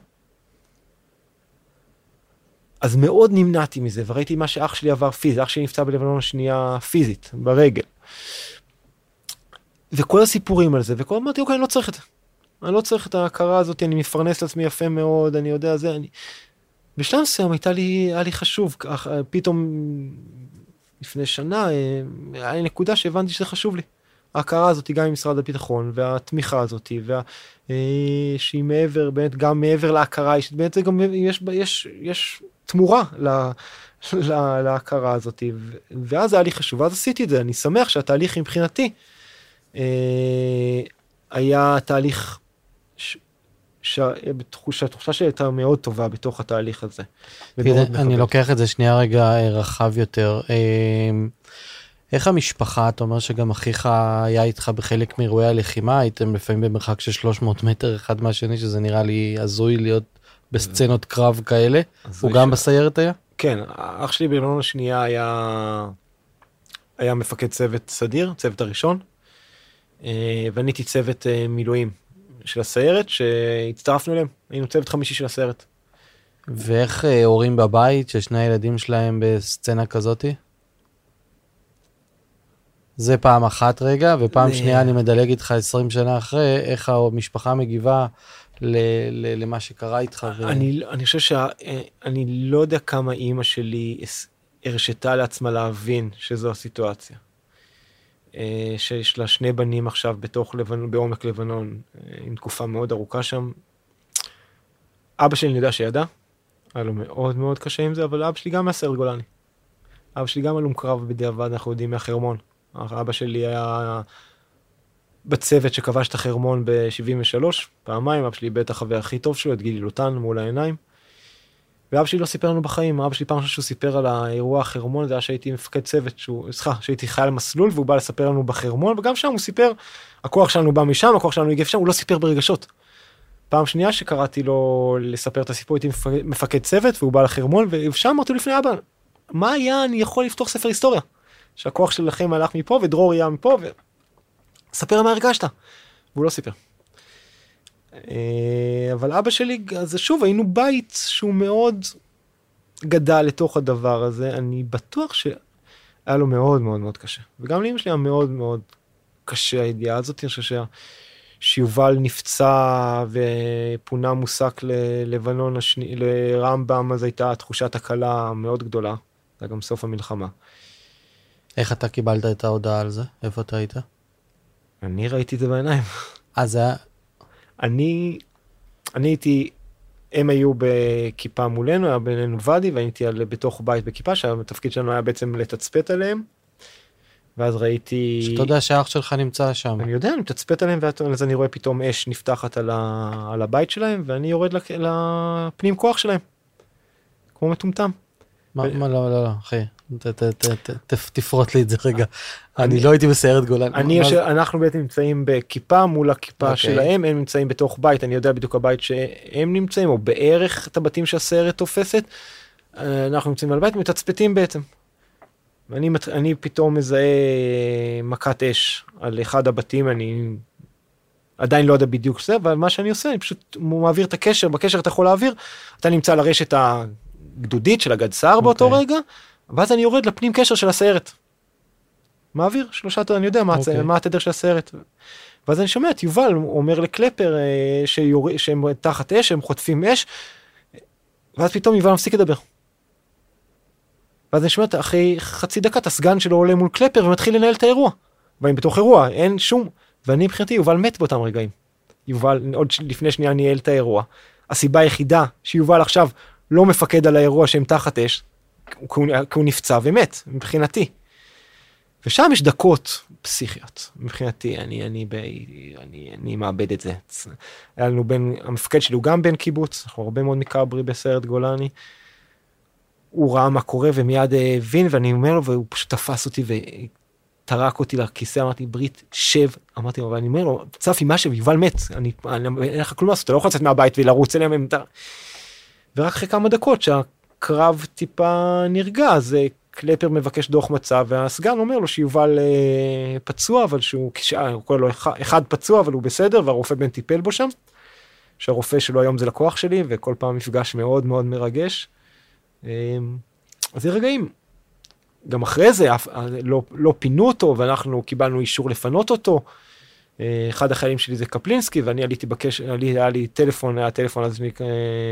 אז מאוד נמנעתי מזה, וראיתי מה שאח שלי עבר פיזית, אח שלי נפצע בלבנון השנייה פיזית, ברגל. וכל הסיפורים על זה, וכל אמרתי, אוקיי, אני לא צריך את זה. אני לא צריך את ההכרה הזאת, אני מפרנס לעצמי יפה מאוד, אני יודע זה, אני... בשלב מסוים הייתה לי, היה לי חשוב, פתאום לפני שנה, היה לי נקודה שהבנתי שזה חשוב לי. ההכרה הזאת גם עם משרד הביטחון, והתמיכה הזאת, וה, שהיא מעבר, באמת גם מעבר להכרה, באמת זה גם, יש, יש, יש תמורה לה, לה, להכרה הזאת, ואז היה לי חשוב, ואז עשיתי את זה, אני שמח שהתהליך מבחינתי, היה תהליך שהתחושה שהייתה מאוד טובה בתוך התהליך הזה. אני לוקח את זה שנייה רגע רחב יותר. איך המשפחה, אתה אומר שגם אחיך היה איתך בחלק מאירועי הלחימה, הייתם לפעמים במרחק של שלוש מאות מטר אחד מהשני, שזה נראה לי הזוי להיות בסצנות קרב כאלה. הוא גם בסיירת היה? כן, אח שלי בלבנון השנייה היה היה מפקד צוות סדיר, צוות הראשון, ואני הייתי צוות מילואים של הסיירת, שהצטרפנו אליהם, היינו צוות חמישי של הסיירת. ואיך הורים בבית, ששני הילדים שלהם בסצנה כזאת? זה פעם אחת רגע, ופעם שנייה אני מדלג איתך עשרים שנה אחרי, איך המשפחה מגיבה למה שקרה איתך. אני חושב שאני לא יודע כמה אימא שלי הרשתה לעצמה להבין שזו הסיטואציה. שיש לה שני בנים עכשיו בתוך לבנון, בעומק לבנון, עם תקופה מאוד ארוכה שם. אבא שלי אני יודע שידע, היה לו מאוד מאוד קשה עם זה, אבל אבא שלי גם מהסיירת גולני. אבא שלי גם הלום קרב בדיעבד, אנחנו יודעים מהחרמון. אבא שלי היה בצוות שכבש את החרמון ב-שבעים ושלוש, פעמיים, אבא שלי איבד את החבר הכי טוב שלו, את גילי לוטן מול העיניים. ואבא שלי לא סיפר לנו בחיים, אבא שלי פעם שהוא סיפר על האירוע החרמון, זה היה שהייתי מפקד צוות, שהוא, סליחה, שהייתי חייל מסלול, והוא בא לספר לנו בחרמון, וגם שם הוא סיפר, הכוח שלנו בא משם, הכוח שלנו הגיע שם, הוא לא סיפר ברגשות. פעם שנייה שקראתי לו לספר את הסיפור, הייתי מפקד צוות, והוא בא לחרמון, ושם אמרתי לו לפני אבא, מה היה, אני יכול לפתוח ספר היסטוריה, שהכוח שלכם הלך מפה, ודרור יהיה מפה, וספר מה הרגשת. והוא לא סיפר. אבל אבא שלי, אז שוב, היינו בית שהוא מאוד גדל לתוך הדבר הזה, אני בטוח שהיה לו מאוד מאוד מאוד קשה. וגם לאמא שלי היה מאוד מאוד קשה הידיעה הזאת, אני חושב שיובל נפצע ופונה מוסק ללבנון השני, לרמב"ם, אז הייתה תחושת הקלה מאוד גדולה, זה גם סוף המלחמה. איך אתה קיבלת את ההודעה על זה? איפה אתה היית? אני ראיתי את זה בעיניים. אז זה היה... אני, אני הייתי הם היו בכיפה מולנו, היה בינינו ואדי, והייתי על, בתוך בית בכיפה, שהתפקיד שלנו היה בעצם לתצפת עליהם, ואז ראיתי... שאתה יודע שהאח שלך נמצא שם. אני יודע, אני מתצפת עליהם, ואז אני רואה פתאום אש נפתחת על, ה... על הבית שלהם, ואני יורד לפנים כוח שלהם, כמו מטומטם. מה, מה, לא, לא, לא, אחי, ת, ת, ת, ת, ת, תפרוט לי את זה רגע. אני לא הייתי בסיירת גולן. אני יושב, אנחנו בעצם נמצאים בכיפה מול הכיפה אוקיי. שלהם, הם נמצאים בתוך בית, אני יודע בדיוק הבית שהם נמצאים, או בערך את הבתים שהסיירת תופסת, אנחנו נמצאים על בית, מתצפתים בעצם. ואני אני פתאום מזהה מכת אש על אחד הבתים, אני עדיין לא יודע בדיוק זה, אבל מה שאני עושה, אני פשוט מעביר את הקשר, בקשר אתה יכול להעביר, אתה נמצא על הרשת הגדודית של הגד סער באותו אוקיי. רגע, ואז אני יורד לפנים קשר של הסיירת. מעביר, שלושה, אני יודע מה, אוקיי. מה התדר של הסיירת. ואז אני שומע את יובל, הוא אומר לקלפר שיור... שהם תחת אש, הם חוטפים אש, ואז פתאום יובל מפסיק לדבר. ואז אני שומע, אחרי חצי דקה, את הסגן שלו עולה מול קלפר ומתחיל לנהל את האירוע. ואני בתוך אירוע, אין שום... ואני מבחינתי, יובל מת באותם רגעים. יובל, עוד לפני שנייה ניהל את האירוע. הסיבה היחידה שיובל עכשיו לא מפקד על האירוע שהם תחת אש, כי הוא, כי הוא נפצע ומת, מבחינתי. ושם יש דקות פסיכיות. מבחינתי, אני, אני, ב, אני, אני מאבד את זה. היה לנו בין, המפקד שלי הוא גם בן קיבוץ, אנחנו הרבה מאוד מקברי בסיירת גולני. הוא ראה מה קורה ומיד הבין, ואני אומר לו, והוא פשוט תפס אותי וטרק אותי לכיסא, אמרתי, ברית, שב, אמרתי לו, ואני אומר לו, צפי, מה שב, יובל מת, אני, אני, אין לך כלום לעשות, אתה לא יכול לצאת מהבית ולרוץ אליהם, ורק אחרי כמה דקות שהקרב טיפה נרגע, אז קלפר מבקש דוח מצב, והסגן אומר לו שיובל אה, פצוע, אבל שהוא, כשעה, הוא קורא לו אחד, אחד פצוע, אבל הוא בסדר, והרופא בן טיפל בו שם, שהרופא שלו היום זה לקוח שלי, וכל פעם מפגש מאוד מאוד מרגש. אה, אז זה רגעים. גם אחרי זה, לא, לא פינו אותו, ואנחנו קיבלנו אישור לפנות אותו. אה, אחד החיילים שלי זה קפלינסקי, ואני עליתי בקש, עלי, היה לי טלפון, היה טלפון אז אה,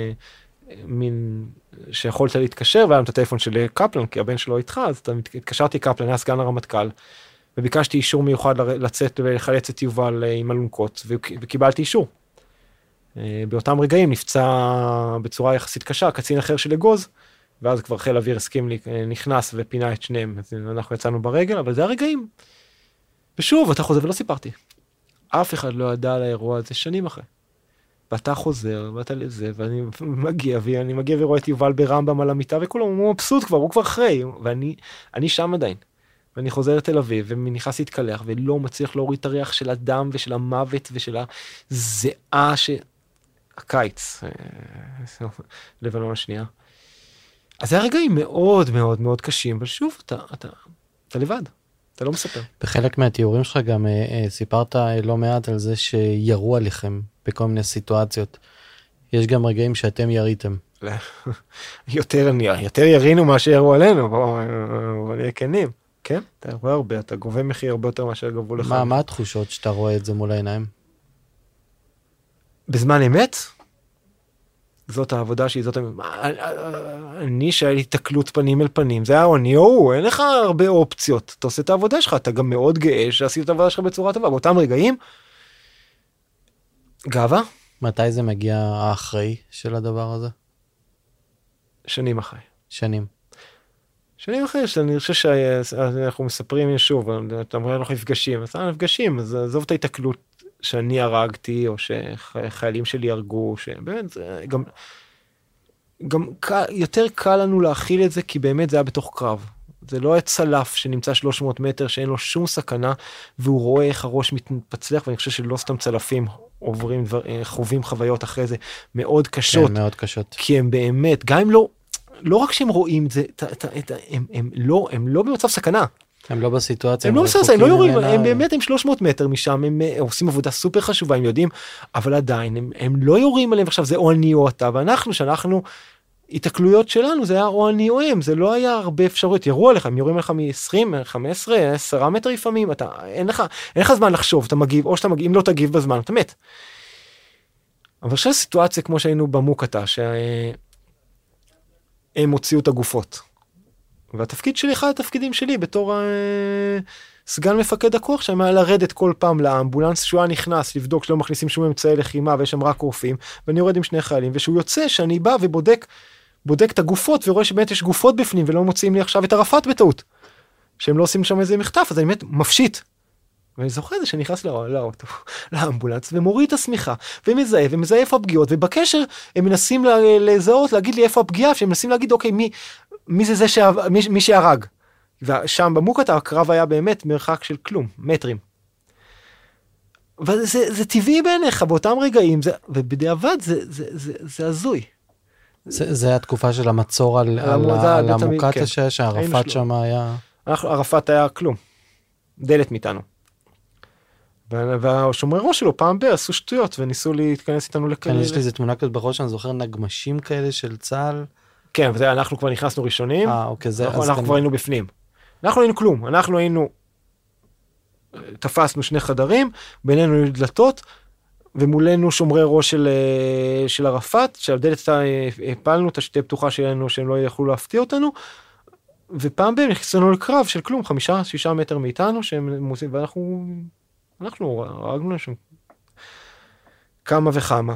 מין, שיכולת להתקשר, והיה לנו את הטלפון של קפלן, כי הבן שלו איתך, אז התקשרתי קפלן, היה סגן הרמטכ"ל, וביקשתי אישור מיוחד לצאת ולחלץ את יובל עם אלונקות, וקיבלתי אישור. באותם רגעים נפצע בצורה יחסית קשה, קצין אחר של אגוז, ואז כבר חיל אוויר הסכים לי, נכנס ופינה את שניהם, אז אנחנו יצאנו ברגל, אבל זה הרגעים. ושוב, אתה חוזר ולא סיפרתי. אף אחד לא ידע על האירוע הזה שנים אחרי. ואתה חוזר, ואתה לזה, ואני מגיע, ואני מגיע ורואה את יובל ברמב"ם על המיטה, וכולם, הוא מבסוט כבר, הוא כבר אחרי, ואני אני שם עדיין. ואני חוזר לתל אביב, ונכנס להתקלח, ולא מצליח להוריד את הריח של הדם, ושל המוות, ושל הזיעה ש... הקיץ, לבנון השנייה. אז זה הרגעים מאוד מאוד מאוד קשים, אבל שוב, אתה, אתה, אתה לבד, אתה לא מספר. בחלק מהתיאורים שלך גם אה, סיפרת לא מעט על זה שירו עליכם בכל מיני סיטואציות. יש גם רגעים שאתם יריתם. יותר, יותר ירינו מאשר ירו עלינו, בואו נהיה כנים. כן, אתה רואה הרבה, אתה גובה מחיר הרבה יותר מאשר גבו לך. מה, מה התחושות שאתה רואה את זה מול העיניים? בזמן אמת, זאת העבודה שלי, זאת... אני שהיה לי תקלות פנים אל פנים, זה היה עוני או הוא, אין לך הרבה אופציות. אתה עושה את העבודה שלך, אתה גם מאוד גאה שעשית את העבודה שלך בצורה טובה. באותם רגעים, גאווה. מתי זה מגיע האחראי של הדבר הזה? שנים אחרי. שנים. שנים אחרי, שאני חושב שאנחנו מספרים שוב, אתה אומר, אנחנו נפגשים, אז אנחנו נפגשים, אז עזוב את ההתקלות שאני הרגתי, או שחיילים שלי הרגו, שבאמת, זה גם, גם קל, יותר קל לנו להכיל את זה, כי באמת זה היה בתוך קרב. זה לא היה צלף שנמצא שלוש מאות מטר, שאין לו שום סכנה, והוא רואה איך הראש מתפצלח, ואני חושב שלא סתם צלפים עוברים, דבר, חווים חוויות אחרי זה מאוד קשות. כן, מאוד קשות. כי הם באמת, גם אם לא, לא רק שהם רואים את זה, הם, הם, לא, הם לא במצב סכנה. הם לא בסיטואציה. הם לא בסדר, הם לא יורים, הם באמת הם שלוש מאות מטר משם, הם עושים עבודה סופר חשובה, הם יודעים, אבל עדיין, הם, הם לא יורים עליהם, עכשיו זה או אני או אתה, ואנחנו, שאנחנו, התקלויות שלנו, זה היה או אני או הם, זה לא היה הרבה אפשרויות, ירו עליך, הם יורים לך מ-עשרים, חמש עשרה, עשרה מטר לפעמים, אתה, אין לך, אין לך זמן לחשוב, אתה מגיב, או שאתה מגיב, אם לא תגיב בזמן, אתה מת. אבל עכשיו סיטואציה כמו שהיינו במוקטה, שהם הוציאו את הגופות. והתפקיד שלי, אחד התפקידים שלי, בתור סגן מפקד הכוח שם היה לרדת כל פעם לאמבולנס, שהוא היה נכנס לבדוק שלא מכניסים שום אמצעי לחימה, ויש שם רק רופאים, ואני יורד עם שני חיילים, ושהוא יוצא שאני בא ובודק, בודק את הגופות, ורואה שבאמת יש גופות בפנים, ולא מוצאים לי עכשיו את ערפאת בטעות, שהם לא עושים שם איזה מחטף, אז אני באמת מפשיט. ואני זוכר זה שאני נכנס לאוטו, לאמבולנס, ומוריד את הסמיכה, ומזהה, ומזהה איפה הפגיעות, ובקשר הם מנסים לזהות, להגיד לי איפה הפגיעה, שהם מנסים להגיד, אוקיי, מי, מי זה זה שה, מי, מי שהרג? ושם במוקטעה הקרב היה באמת מרחק של כלום, מטרים. וזה זה טבעי בעיניך, באותם רגעים, זה, ובדיעבד זה, זה, זה, זה הזוי. זה, זה התקופה של המצור על, על, על המוקטעה כן. שהערפאת שם היה... ערפאת היה כלום. דלת מאיתנו. והשומרי ראש שלו פעם בה עשו שטויות וניסו להתכנס איתנו לכאלה. כן, יש לי איזה תמונה כזאת בראש, אני זוכר נגמשים כאלה של צה"ל. כן, וזה, אנחנו כבר נכנסנו ראשונים. אה, אוקיי, זה... אנחנו, אנחנו כבר היינו בפנים. אנחנו היינו כלום, אנחנו היינו, תפסנו שני חדרים, בינינו היו דלתות, ומולנו שומרי ראש של, של ערפאת, שעל דלת הפלנו את השתי פתוחה שלנו, שהם לא יכלו להפתיע אותנו, ופעם בהם נכנסנו לקרב של כלום, חמישה, שישה מטר מאיתנו, שהם מוסים, ואנחנו, אנחנו הרגנו שם כמה וכמה.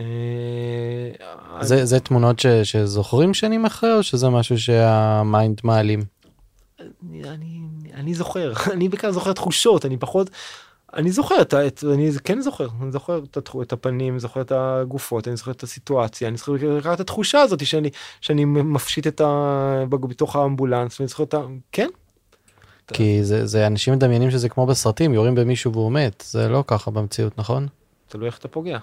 זה, זה תמונות ש, שזוכרים שנים אחרי, או שזה משהו שהמיינד מעלים? אני, אני, אני זוכר, אני בעיקר זוכר תחושות, אני פחות, אני זוכר, את, את, אני כן זוכר, אני זוכר את, את הפנים, אני זוכר את הגופות, אני זוכר את הסיטואציה, אני זוכר את התחושה הזאת שאני, שאני מפשיט את ה... בתוך האמבולנס, ואני זוכר את ה... כן? כי זה, זה אנשים מדמיינים שזה כמו בסרטים, יורים במישהו והוא מת, זה לא ככה במציאות, נכון? תלוי איך אתה פוגע.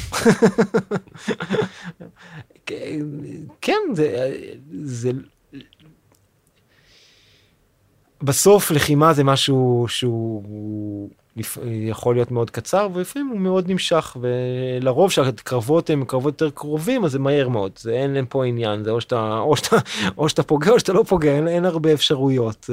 כן, זה, זה, בסוף לחימה זה משהו שהוא יכול להיות מאוד קצר, ולפעמים הוא מאוד נמשך, ולרוב שהקרבות הם קרבות יותר קרובים, אז זה מהר מאוד, זה אין להם פה עניין, זה או שאתה, או שאתה, או שאתה פוגע, או שאתה לא פוגע, אין, אין הרבה אפשרויות.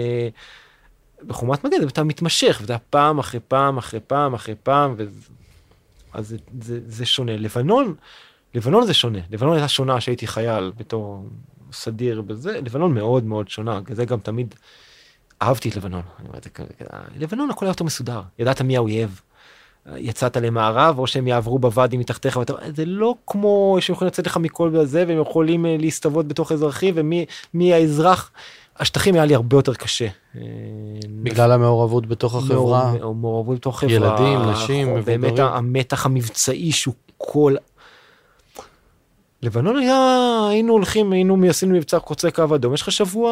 בחומת מגן, אתה מתמשך, ואתה פעם אחרי פעם, אחרי פעם, אחרי פעם, ו... אז זה, זה, זה שונה. לבנון, לבנון זה שונה. לבנון הייתה שונה שהייתי חייל בתור סדיר בזה, לבנון מאוד מאוד שונה, זה גם תמיד אהבתי את לבנון. לבנון הכל היה יותר מסודר, ידעת מי האויב, יצאת למערב, או שהם יעברו בוואדי מתחתיך, ואתה, זה לא כמו שהם יכולים לצאת לך מכל בזה, והם יכולים להסתוות בתוך אזרחי, ומי מי האזרח, השטחים היה לי הרבה יותר קשה. בגלל המעורבות בתוך החברה. מעורבות בתוך החברה. ילדים, נשים, מבוגרים. באמת המתח המבצעי שהוא כל... לבנון היה, היינו הולכים, היינו מייסים מבצע חוצה קו אדום, יש לך שבוע...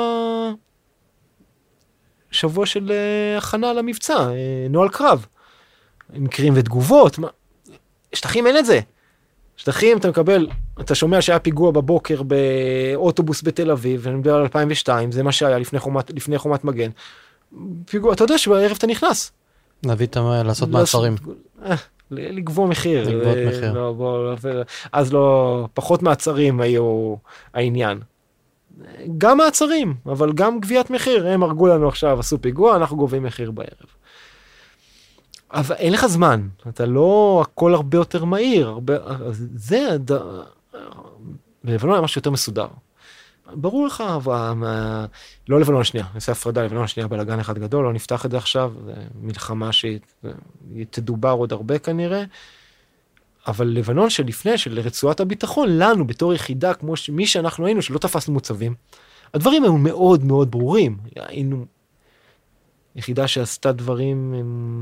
שבוע של הכנה למבצע, נועל קרב. מקרים ותגובות. שטחים אין את זה. שטחים אתה מקבל, אתה שומע שהיה פיגוע בבוקר באוטובוס בתל אביב, ואני מדבר על אלפיים ושתיים, זה מה שהיה לפני חומת, לפני חומת מגן. פיגוע, אתה יודע שבערב אתה נכנס. נביא את לעשות מעצרים. לגבוע מחיר. לגבות מחיר. לא, בוא, אז לא, פחות מעצרים היו העניין. גם מעצרים, אבל גם גביית מחיר. הם הרגו לנו עכשיו, עשו פיגוע, אנחנו גובים מחיר בערב. אבל אין לך זמן, אתה לא, הכל הרבה יותר מהיר, הרבה, זה, בלבנון היה משהו יותר מסודר. ברור לך, אבל, לא לבנון השנייה, נעשה הפרדה, לבנון השנייה בלגן אחד גדול, לא נפתח את זה עכשיו, זה מלחמה שתדובר עוד הרבה כנראה, אבל לבנון שלפני, של רצועת הביטחון, לנו בתור יחידה, כמו מי שאנחנו היינו, שלא תפסנו מוצבים, הדברים היו מאוד מאוד ברורים, היינו, יחידה שעשתה דברים,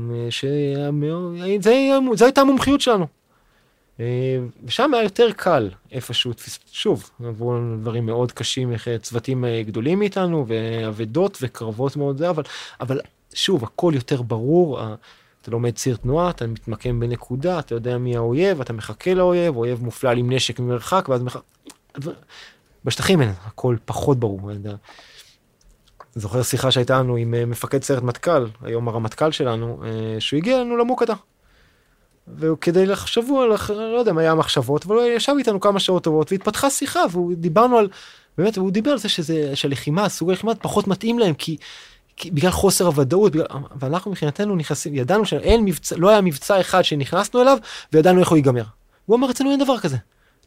זו הייתה המומחיות שלנו. ושם היה יותר קל, איפשהו, שוב, עברו דברים מאוד קשים, צוותים גדולים מאיתנו, ועבדות וקרבות מאוד זה, אבל, אבל שוב, הכל יותר ברור, אתה לומד ציר תנועה, אתה מתמקם בנקודה, אתה יודע מי האויב, אתה מחכה לאויב, אויב מופלל עם נשק ממרחק, ואז מחכה... בשטחים אין, הכל פחות ברור, אני יודע. זוכר שיחה שהייתה לנו עם מפקד סיירת מטכ"ל, היום הרמטכ"ל שלנו, שהוא הגיע לנו למוקטעה. וכדי לחשבו, לא יודע מה היה המחשבות, אבל הוא ישב איתנו כמה שעות טובות, והתפתחה שיחה, ודיברנו על, באמת, הוא דיבר על זה שזה, שהלחימה, סוג הלחימה, פחות מתאים להם, כי, כי בגלל חוסר הוודאות, בגלל, ואנחנו מבחינתנו נכנסים, ידענו שאין מבצע, לא היה מבצע אחד שנכנסנו אליו, וידענו איך הוא ייגמר. הוא אמר, אצלנו אין דבר כזה.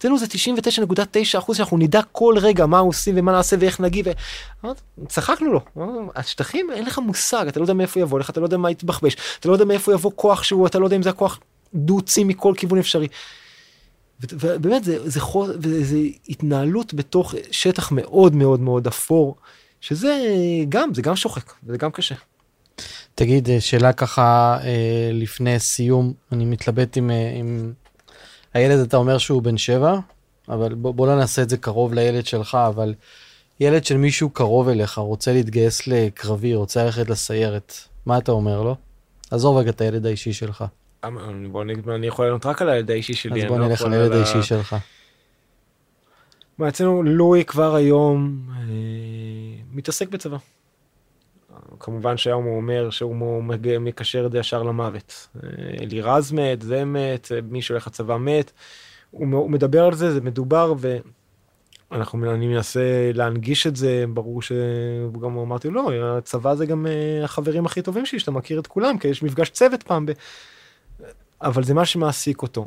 אצלנו זה תשעים ותשע נקודה תשע אחוז שאנחנו נדע כל רגע מה עושים ומה נעשה ואיך נגיב. צחקנו לו. השטחים, אין לך מושג, אתה לא יודע מאיפה יבוא לך, אתה לא יודע מה יתבחבש, אתה לא יודע מאיפה יבוא כוח שהוא, אתה לא יודע אם זה הכוח דוצי מכל כיוון אפשרי. ובאמת, זה, זה, זה, זה התנהלות בתוך שטח מאוד מאוד מאוד אפור, שזה גם, זה גם שוחק, זה גם קשה. תגיד, שאלה ככה לפני סיום, אני מתלבט עם, עם הילד, אתה אומר שהוא בן שבע, אבל בוא, בוא לא נעשה את זה קרוב לילד שלך, אבל ילד של מישהו קרוב אליך, רוצה להתגייס לקרבי, רוצה ללכת לסיירת, מה אתה אומר לו? עזוב רגע את הילד האישי שלך. בוא נגיד, אני יכול לענות רק על הילד האישי שלי. אז בוא נלך על הילד האישי שלך. מה, אצלנו לואי כבר היום מתעסק בצבא. כמובן שהיום הוא אומר שהוא מקשר את זה ישר למוות. אלירז מת, זה מת, מי שהולך לצבא מת. הוא מדבר על זה, זה מדובר, ואנחנו, אני מנסה להנגיש את זה, ברור שגם אמרתי, לא, הצבא זה גם החברים הכי טובים שלי, שאתה מכיר את כולם, כי יש מפגש צוות פעם ב... אבל זה מה שמעסיק אותו.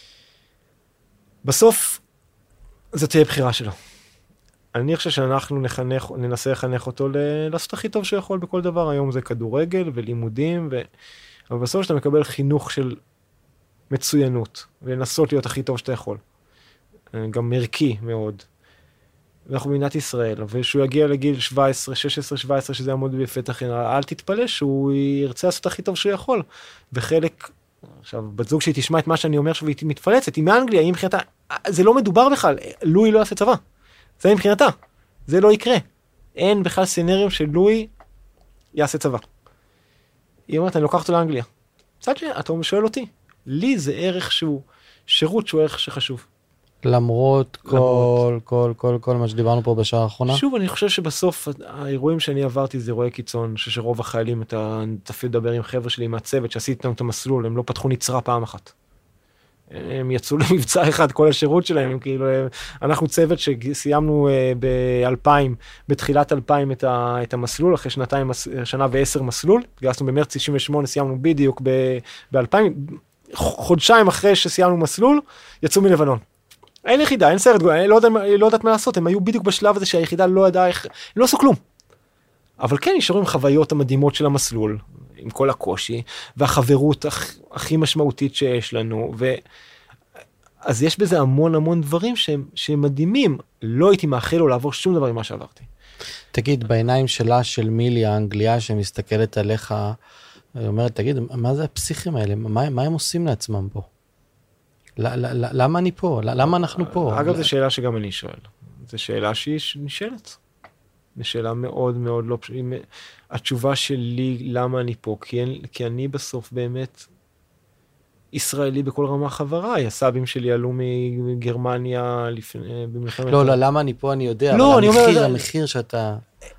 בסוף, זו תהיה בחירה שלו. אני חושב שאנחנו נחנך, ננסה לחנך אותו לעשות הכי טוב שיכול בכל דבר. היום זה כדורגל ולימודים, ו... אבל בסוף שאתה מקבל חינוך של מצוינות, ולנסות להיות הכי טוב שאתה יכול. גם ערכי מאוד. ואנחנו במדינת ישראל, ושהוא יגיע לגיל שבע עשרה, שש עשרה, שבע עשרה, שזה יעמוד בפתח, אל תתפלא שהוא ירצה לעשות הכי טוב שהוא יכול. וחלק... עכשיו, בת זוג שהיא תשמע את מה שאני אומר שהיא מתפלצת, היא מאנגליה, היא מבחינתה, זה לא מדובר בכלל, לואי לא יעשה צבא. זה מבחינתה, זה לא יקרה. אין בכלל סצנריום של לואי יעשה צבא. היא אומרת, אני לוקח אותו לאנגליה. מצד שני, אתה שואל אותי, לי זה ערך שהוא, שירות שהוא ערך שחשוב. למרות כל, כל, כל, כל מה שדיברנו פה בשעה האחרונה? שוב, אני חושב שבסוף האירועים שאני עברתי זה אירועי קיצון, שרוב החיילים, אתה תפעיל לדבר עם חבר'ה שלי מהצוות, שעשיתי להם את המסלול, הם לא פתחו נצרה פעם אחת. הם יצאו למבצע אחד, כל השירות שלהם, הם כאילו, אנחנו צוות שסיימנו ב-אלפיים, בתחילת אלפיים את המסלול, אחרי שנתיים, שנה ועשר מסלול, גייסנו במרץ תשעים ושמונה, סיימנו בדיוק ב-אלפיים, חודשיים אחרי שסיימנו מסלול, יצאו מלבנון. אין יחידה, אין סרט, אני לא, יודע, לא יודעת מה לעשות, הם היו בדיוק בשלב הזה שהיחידה לא ידעה איך, הם לא עשו כלום. אבל כן, נשארו עם חוויות המדהימות של המסלול, עם כל הקושי, והחברות הכ, הכי משמעותית שיש לנו, ו... אז יש בזה המון המון דברים שהם, שהם מדהימים, לא הייתי מאחל לו לעבור שום דבר ממה שעברתי. תגיד, בעיניים שלה, של מילי, האנגליה, שמסתכלת עליך, היא אומרת, תגיד, מה זה הפסיכים האלה? מה, מה הם עושים לעצמם פה? למה אני פה? למה אנחנו פה? אגב, זו שאלה שגם אני שואל. זו שאלה שהיא נשאלת. זו שאלה מאוד מאוד לא פשוטה. התשובה שלי, למה אני פה? כי אני בסוף באמת ישראלי בכל רמה חבריי. הסבים שלי עלו מגרמניה במלחמת... לא, לא, למה אני פה אני יודע. אבל המחיר, המחיר שאתה...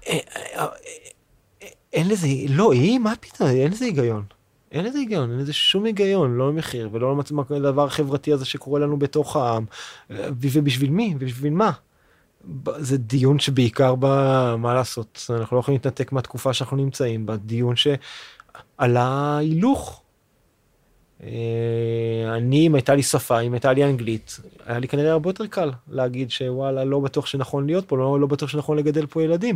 אין לזה... לא, היא, מה פתאום? אין לזה היגיון. אין לזה היגיון, אין לזה שום היגיון, לא למחיר, ולא לדבר חברתי הזה שקורה לנו בתוך העם. ובשביל מי? ובשביל מה? זה דיון שבעיקר בא, מה לעשות? אנחנו לא יכולים להתנתק מהתקופה שאנחנו נמצאים בה, דיון שעלה הילוך. אני, אם הייתה לי שפה, אם הייתה לי אנגלית, היה לי כנראה הרבה יותר קל להגיד שוואלה, לא בטוח שנכון להיות פה, לא, לא בטוח שנכון לגדל פה ילדים.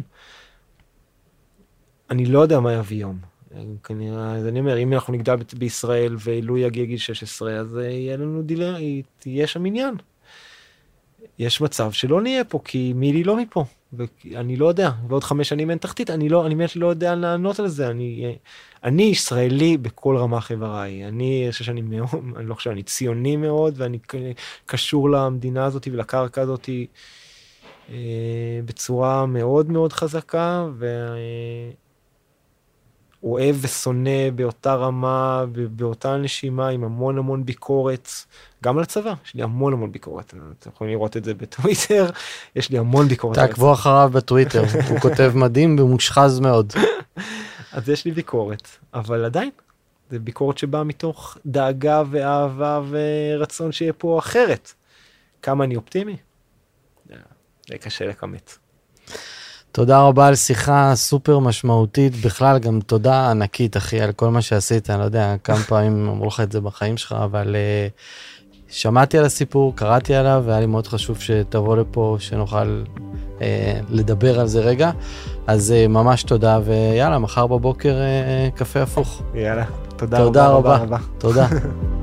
אני לא יודע מה יביא יום. כנראה, אז אני אומר, אם אנחנו נגדל בישראל ואילו יגיע גיל שש עשרה, אז יהיה לנו דילה, תהיה שם עניין. יש מצב שלא נהיה פה, כי מילי לא מפה, ואני לא יודע, ועוד חמש שנים אין תחתית, אני לא, אני באמת לא יודע לענות על זה, אני, אני ישראלי בכל רמה חבריי, אני חושב שאני מאוד, אני לא חושב, אני ציוני מאוד, ואני קשור למדינה הזאת ולקרקע הזאת, בצורה מאוד מאוד חזקה, ו... אוהב ושונא באותה רמה, באותה נשימה, עם המון המון ביקורת, גם על הצבא, יש לי המון המון ביקורת, אתם יכולים לראות את זה בטוויטר, יש לי המון ביקורת. תעקבו אחריו בטוויטר, הוא כותב מדהים ומושחז מאוד. אז יש לי ביקורת, אבל עדיין, זה ביקורת שבאה מתוך דאגה ואהבה ורצון שיהיה פה אחרת. כמה אני אופטימי? זה קשה לכמת. תודה רבה על שיחה סופר משמעותית, בכלל גם תודה ענקית אחי על כל מה שעשית, אני לא יודע כמה פעמים אמרו לך את זה בחיים שלך, אבל uh, שמעתי על הסיפור, קראתי עליו, והיה לי מאוד חשוב שתבוא לפה, שנוכל אה, לדבר על זה רגע. אז אה, ממש תודה, ויאללה, מחר בבוקר אה, קפה הפוך. יאללה, תודה, תודה רבה, רבה. רבה, רבה. תודה.